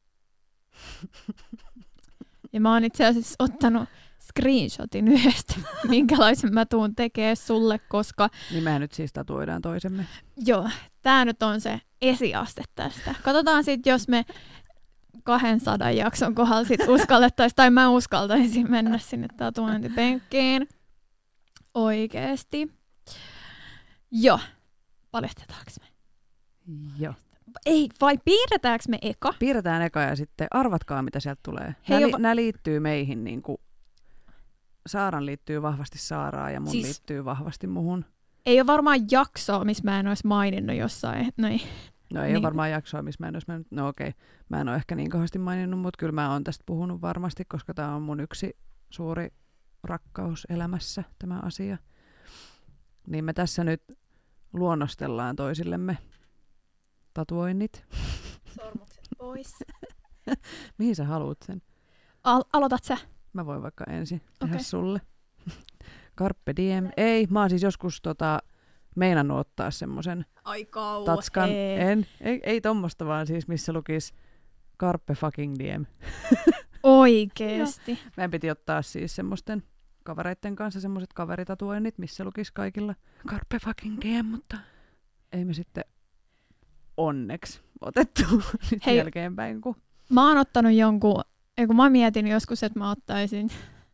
Ja mä oon itse asiassa ottanut screenshotin yhdestä, minkälaisen mä tuun tekemään sulle, koska... Niin mehän nyt siis tatuoidaan toisemme. Joo, tää nyt on se esiaste tästä. Katsotaan sitten, jos me kahdensadan jakson kohdalla sit uskallettaisiin, tai mä uskaltaisin mennä sinne tatuointipenkkiin. Oikeesti. Joo. Paljastetaanko me? Joo. Ei, vai piirretäänkö me eka? Piirretään eka ja sitten arvatkaa, mitä sieltä tulee. Hei, Nämä, jopa... li- nämä liittyy meihin, niin kuin Saaran liittyy vahvasti Saaraan ja mun siis... liittyy vahvasti muhun. Ei ole varmaan jaksoa, missä mä en olisi maininnut jossain. Noin. No ei niin. ole varmaan jaksoa, missä mä en olisi mennyt. No okei, mä en ole ehkä niin kauheasti maininnut, mutta kyllä mä oon tästä puhunut varmasti, koska tämä on mun yksi suuri rakkaus elämässä, tämä asia. Niin me tässä nyt luonnostellaan toisillemme tatuoinnit. Sormukset pois. Mihin sä haluut sen? Al- aloitat sä? Mä voin vaikka ensin tehdä Okay. sulle. Carpe diem. Ei, mä oon siis joskus tota, meinannut ottaa semmosen tatskan. En, ei, ei tommosta vaan siis, missä lukisi Carpe fucking diem. Oikeesti. Meidän piti ottaa siis semmoisten kavereitten kanssa semmoiset kaveritatuoinnit, missä lukisi kaikilla Carpe fucking diem, mutta ei me sitten onneksi otettu Hei, jälkeenpäin. Kun... Mä oon ottanut jonkun, ei kun mä mietin joskus, että mä ottaisin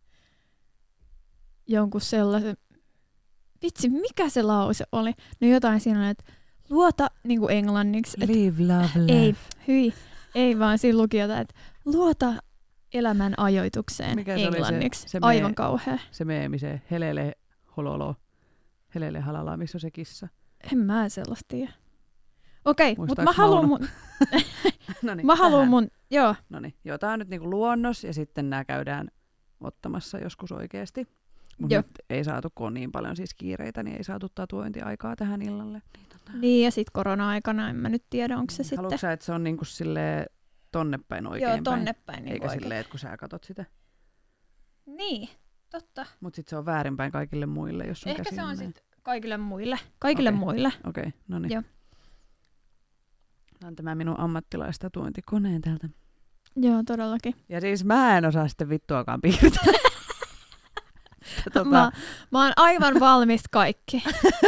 jonkun sellaisen, vitsi, mikä se lause oli? No jotain siinä, että luota, niin kuin englanniksi. Et, Live, love, laugh. Ei, hyi, ei vaan siinä luki jotain, että luota elämän ajoitukseen mikä se englanniksi. Se, se Aivan mee, kauhea. Se meemi, se helele hololo, helele halala, missä on se kissa. En mä sellaista tiedä. Okei, mutta mä haluan mun... Noniin, mä haluan mun... Joo. Noniin, joo, tää on nyt niinku luonnos ja sitten nämä käydään ottamassa joskus oikeesti. Mutta nyt ei saatu, kun on niin paljon siis kiireitä, niin ei saatu tatuointiaikaa tähän illalle. Niin, tota... niin ja sitten korona-aikana en mä nyt tiedä, onko se niin, sitten... Haluatko sä, että se on niinku silleen tonne päin oikein Joo, tonne päin. päin? Niin Eikä oikein. silleen, että kun sä katot sitä. Niin, totta. Mutta sitten se on väärinpäin kaikille muille, jos sun Ehkä käsi se on näin. sitten kaikille muille. Kaikille okay. muille. Okei, okay, no niin. Joo. Tämä on tämä minun ammattilaistatuointikoneen täältä. Joo, todellakin. Ja siis mä en osaa sitten vittuakaan piirtää. tota... mä, mä oon aivan valmis kaikki.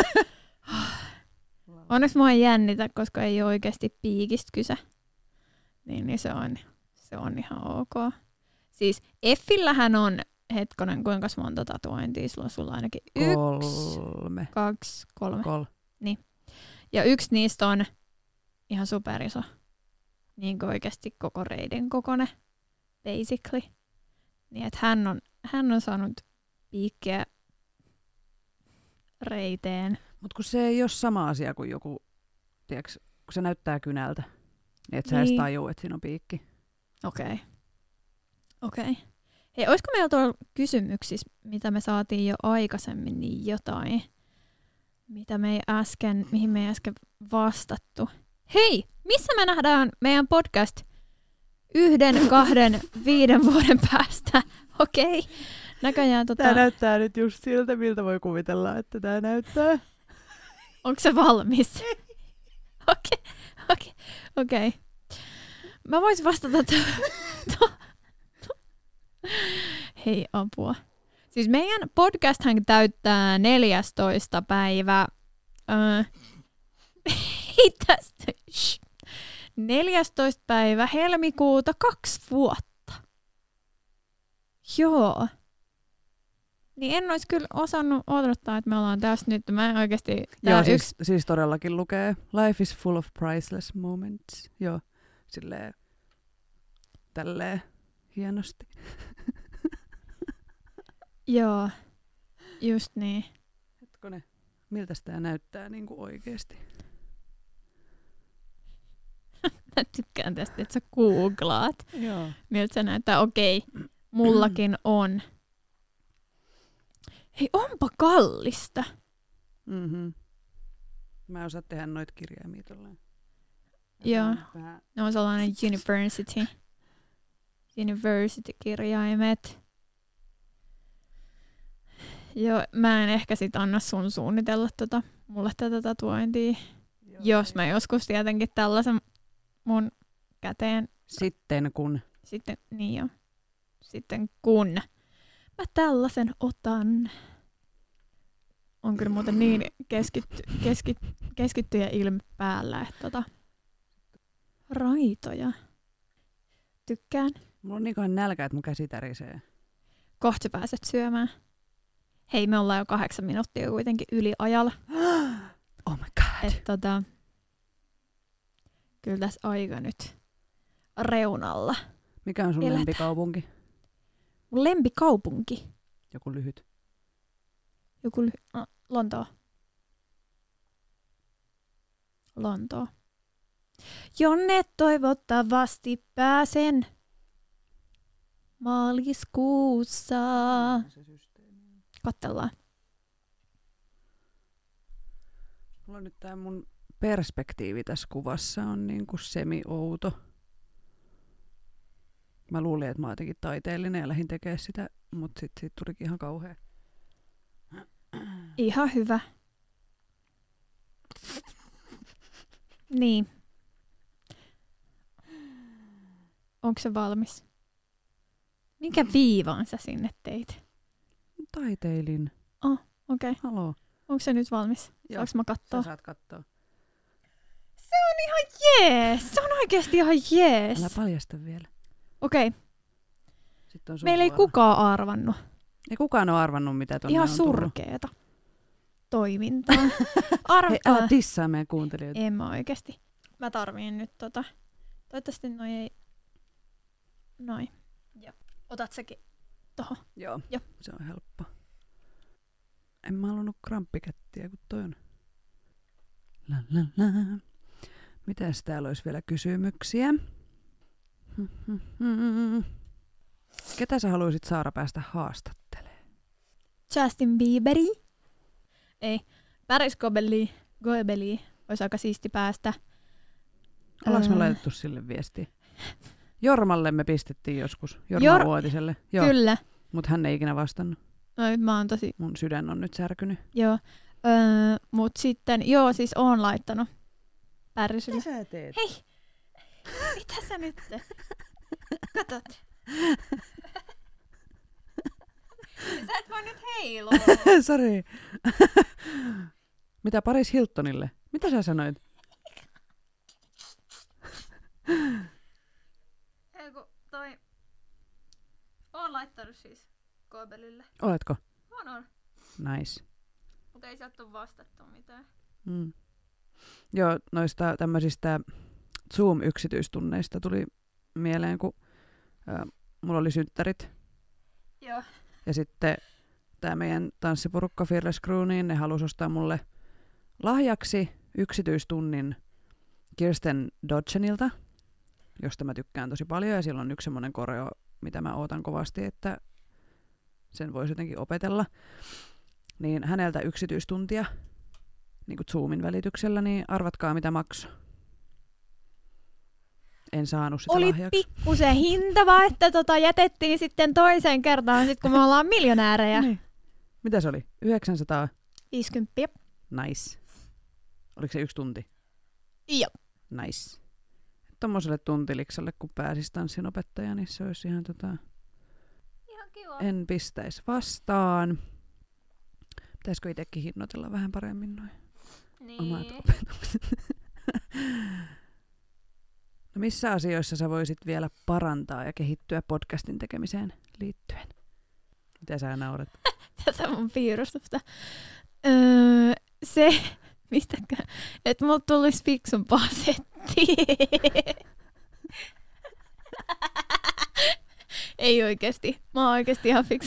Onneksi mä en jännitä, koska ei ole oikeasti piikistä kyse. Niin, niin se, on, se on ihan ok. Siis Effillähän on, hetkonen, kuinka monta tatuointia sulla on? Sulla on ainakin Kolme. yksi, kaksi, kolme. Kol. Niin. Ja yksi niistä on ihan superiso. Niin kuin oikeasti koko reiden kokoinen, basically. Niin, että hän on, hän on saanut piikkiä reiteen. Mutta kun se ei ole sama asia kuin joku, tiiäks, kun se näyttää kynältä, niin et sä niin. edes tajuu, että siinä on piikki. Okei. Okay. Okei. Okay. Hei, olisiko meillä tuolla kysymyksissä, mitä me saatiin jo aikaisemmin, niin jotain, mitä me ei äsken, mihin me ei äsken vastattu? Hei, missä me nähdään meidän podcast yhden, kahden, viiden vuoden päästä? Okei. Okay. Näköjään tota... Tää näyttää nyt just siltä, miltä voi kuvitella, että tää näyttää. Onko se valmis? Okei, okei, okei. Mä vois vastata to- to- to- Hei, apua. Siis meidän podcasthan täyttää neljästoista päivä... Öö, ei tästä... Shh. neljästoista päivä helmikuuta kaksi vuotta. Joo. Niin en olisi kyllä osannut odottaa, että me ollaan tässä nyt. Mä en oikeasti... Joo, yksi... siis, siis todellakin lukee Life is full of priceless moments. Joo, silleen, tälleen hienosti. Joo, just niin. Hetkonen, miltä tämä näyttää niin kuin oikeasti? Mä tykkään tästä, että sä googlaat. Joo. Miltä se näyttää. Okei, mullakin on. Hei, onpa kallista. Mm-hmm. Mä en osaa tehdä noita kirjaimia tolleen. Joo. Vähän... Ne on sellainen university. University-kirjaimet. Joo, mä en ehkä sit anna sun suunnitella tota, mulle tätä tatuointia. Joo, jos mä joskus tietenkin tällaisen mun käteen... Sitten kun... Sitten, niin jo. Sitten kun mä tällaisen otan. On kyllä muuten niin keskitty, keskit, keskittyjä ilme päällä, että tota, raitoja. Tykkään. Mulla on niin kauan nälkä, että mun käsi tärisee. Kohta pääset syömään. Hei, me ollaan jo kahdeksan minuuttia kuitenkin yli ajalla. Oh my god. Et tota, kyllä tässä aika nyt reunalla. Mikä on sun Elätä. lempikaupunki? Mun lempikaupunki. Joku lyhyt. Joku ly- no, Lontoo. Lontoo. Jonne toivottavasti pääsen maaliskuussa. Katsellaan. Mulla on nyt tää mun perspektiivi tässä kuvassa on niinku semi-outo. Mä luulin, että mä oon jotenkin taiteellinen ja lähdin tekemään sitä, mutta sit siitä tulikin ihan kauhea. Ihan hyvä. Niin. Onko se valmis? Minkä viivan sä sinne teit? Taiteilin. Oh, okei. Okay. Haloo. Onko se nyt valmis? Joo, Saanko mä katsoa? Sä saat katsoa. Se on ihan jees! Se on oikeesti ihan jees! Älä paljasta vielä. Okei. Okay. Sitten on sun Meillä ei vuoro. kukaan arvannut. Ei kukaan ole arvannut, mitä tonne Ihan on surkeeta toimintaa. Arvatkaa. Hei, älä dissaa meidän kuuntelijoita. En mä oikeesti. Mä tarviin nyt tota. Toivottavasti noi ei... Noin. Joo. Otat säkin tohon. Joo, Joo. Se on helppo. En mä halunnut kramppikättiä, kun toi on. La la la. Mitäs täällä olisi vielä kysymyksiä? Ketä sä haluaisit Saara päästä haastattelemaan? Justin Bieberi? Ei. Paris Goebeli. Goebeli. Olisi aika siisti päästä. Ollaanko me Öö. laitettu sille viestiä? Jormalle me pistettiin joskus. Jorma Jor- Vuotiselle. Joo. Kyllä. Mutta hän ei ikinä vastannut. No, mä oon tosi... Mun sydän on nyt särkynyt. Joo. Öö, mut sitten, joo, siis oon laittanut Pärisille. Mitä sä teet? Hei! Mitä sä nyt? Katot. Sä et voi nyt heilua. Sori. Mitä Paris Hiltonille? Mitä sä sanoit? Eiku, toi... Oon laittanut siis Goebelille. Oletko? On, on. Nice. Mutta ei sieltä ole vastattu mitään. Mm. Joo, noista tämmöisistä Zoom-yksityistunneista tuli mieleen, kun ä, mulla oli synttärit. Joo. Ja sitten tämä meidän tanssipurukka Fearless Crew, niin ne halusi ostaa mulle lahjaksi yksityistunnin Kirsten Dodgenilta, josta mä tykkään tosi paljon. Ja sillä on yksi semmoinen koreo, mitä mä ootan kovasti, että sen voisi jotenkin opetella. Niin häneltä yksityistuntia, niin kuin Zoomin välityksellä, niin arvatkaa mitä maksoi. En saanut sitä Oli lahjaksi. pikkusen hintava, että tota jätettiin sitten toiseen kertaan, sit kun me ollaan miljonäärejä. Niin. Mitä se oli? yhdeksänsataa? viisikymmentä. Nice. Oliko se yksi tunti? Joo. Nice. Tommoselle tuntiliksalle, kun pääsis tanssinopettaja, niin se olisi ihan tota... Ihan kiva. En pistäisi vastaan. Pitäisikö itsekin hinnoitella vähän paremmin noin omat Niin. opetukset? No missä asioissa sä voisit vielä parantaa ja kehittyä podcastin tekemiseen liittyen? Mitä sä naurat? Tätä mun piirustusta. Öö, se, mistäkään, että mulla tulisi fiksumpaa settiä. Ei oikeesti. Mä oon oikeesti ihan fiksu.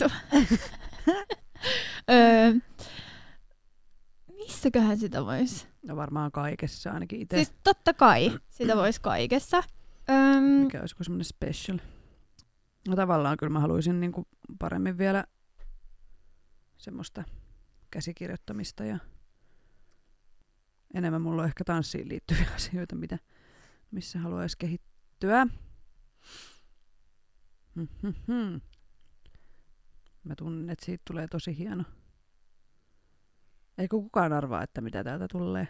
öö, missäköhän sitä vois? No varmaan kaikessa ainakin itse. Siis totta kai sitä vois kaikessa. Öm, Mikä olisiko semmoinen special? No tavallaan kyllä mä haluaisin niinku paremmin vielä semmoista käsikirjoittamista ja enemmän mulla on ehkä tanssiin liittyviä asioita, mitä, missä haluaisi kehittyä. Hmm. Mä tunnen, että siitä tulee tosi hieno. Eikö kukaan arvaa, että mitä täältä tulee?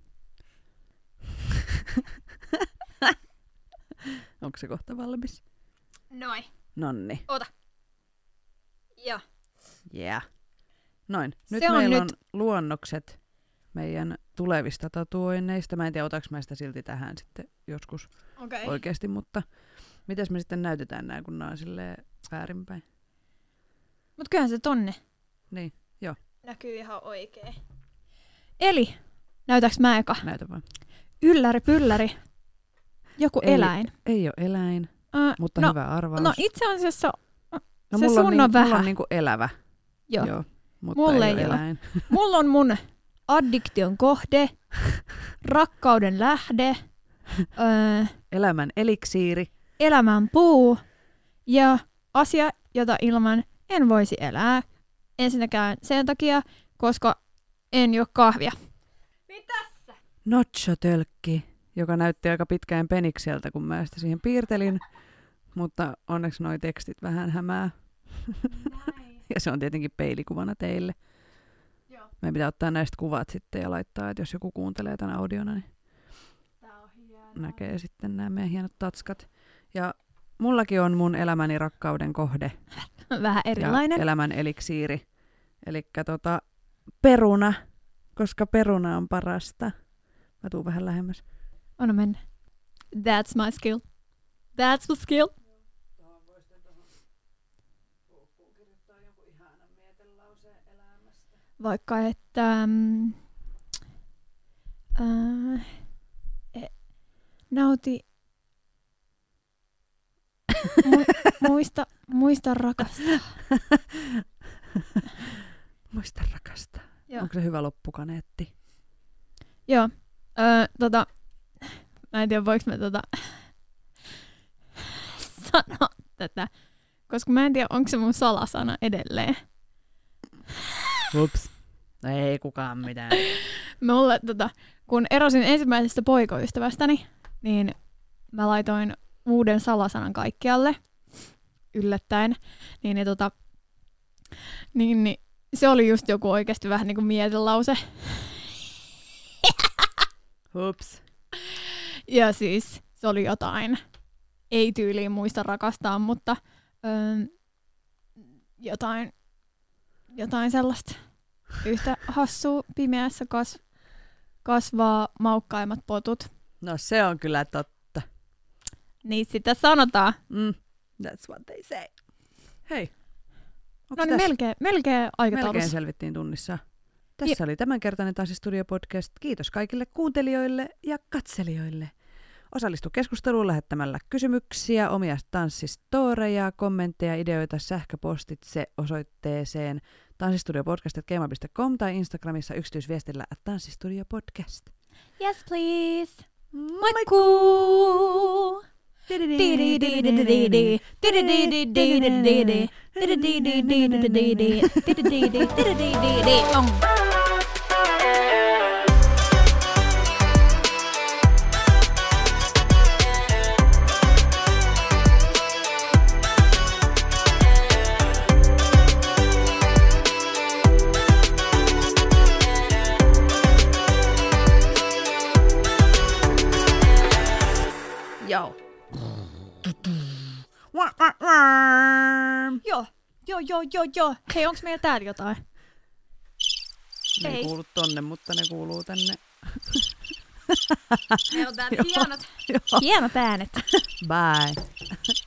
Onko se kohta valmis? Noin. Nonni. Ota. Joo. Yeah. Noin. Nyt Se on meillä nyt- on luonnokset meidän tulevista tatuoinneista. Mä en tiedä, otaks mä sitä silti tähän sitten joskus Okei. Okay. oikeasti, mutta mitäs me sitten näytetään nää, kun nää on silleen väärinpäin? Mut kyllähän se tonne Niin, joo, näkyy ihan oikein. Eli, näytäks mä eka? näytä vaan. Ylläri pylläri. Joku Ei, eläin. Ei ole eläin, Äh, mutta no, hyvä arvaus. no itse asiassa No, se mulla sun on, on niin, mulla vähän. on niinku elävä. Joo. Joo, mutta Mulla ei, ei ole oo. eläin. Mulla on mun addiktion kohde, rakkauden lähde, öö, Elämän eliksiiri. elämän puu ja asia, jota ilman en voisi elää. Ensinnäkään sen takia, koska en juo kahvia. Mitäs sä? Notchotölkki, joka näytti aika pitkään penikseltä, kun mä sitä siihen piirtelin. Mutta onneksi noi tekstit vähän hämää. Näin. Ja se on tietenkin peilikuvana teille. Joo. Meidän pitää ottaa näistä kuvat sitten ja laittaa, että jos joku kuuntelee tämän audiona, niin Tää on hienoa. näkee sitten nämä meidän hienot tatskat. Ja mullakin on mun elämäni rakkauden kohde. Vähän erilainen. Ja elämän eliksiiri. Elikkä tota, peruna, koska peruna on parasta. Mä tuun vähän lähemmäs. Anna mennä. That's my skill. That's my skill. Vaikka, että mm, äh, e, nauti, mu, muista, muista rakastaa. Muista rakastaa. Joo. Onko se hyvä loppukaneetti? Joo, öö, tota, Mä en tiedä, voiko mä tota sanoa tätä, koska mä en tiedä, onko se mun salasana edelleen. Ups. No ei kukaan mitään. Mulle, tota, kun erosin ensimmäisestä poikaystävästäni, niin mä laitoin uuden salasanan kaikkialle yllättäen. Niin, niin, tota, niin, niin se oli just joku oikeasti vähän niin kuin mietelause. Ups. Ja siis se oli jotain, ei tyyliin muista rakastaa, mutta öö, jotain, jotain sellaista. Yhtä hassua pimeässä kas, kasvaa maukkaimmat potut. No se on kyllä totta. Niin sitä sanotaan. Mm, that's what they say. Hei. No niin melkein, melkein aikataulussa. Melkein selvittiin tunnissa. Tässä ja. oli tämänkertainen Tanssistudio podcast. Kiitos kaikille kuuntelijoille ja katselijoille. Osallistu keskusteluun lähettämällä kysymyksiä, omia tanssistoreja, kommentteja, ideoita sähköpostitse osoitteeseen tanssistudiopodcast at gmail piste com tai Instagramissa yksityisviestillä at tanssistudiopodcast. Yes, please. Moikkuu! Joo. Joo, joo, joo, joo, joo. Hei, onks meillä täällä jotain? Ne ei Ei. kuulu tonne, mutta ne kuuluu tänne. Meillä on täällä hienot, Joo. hienot äänet. Bye.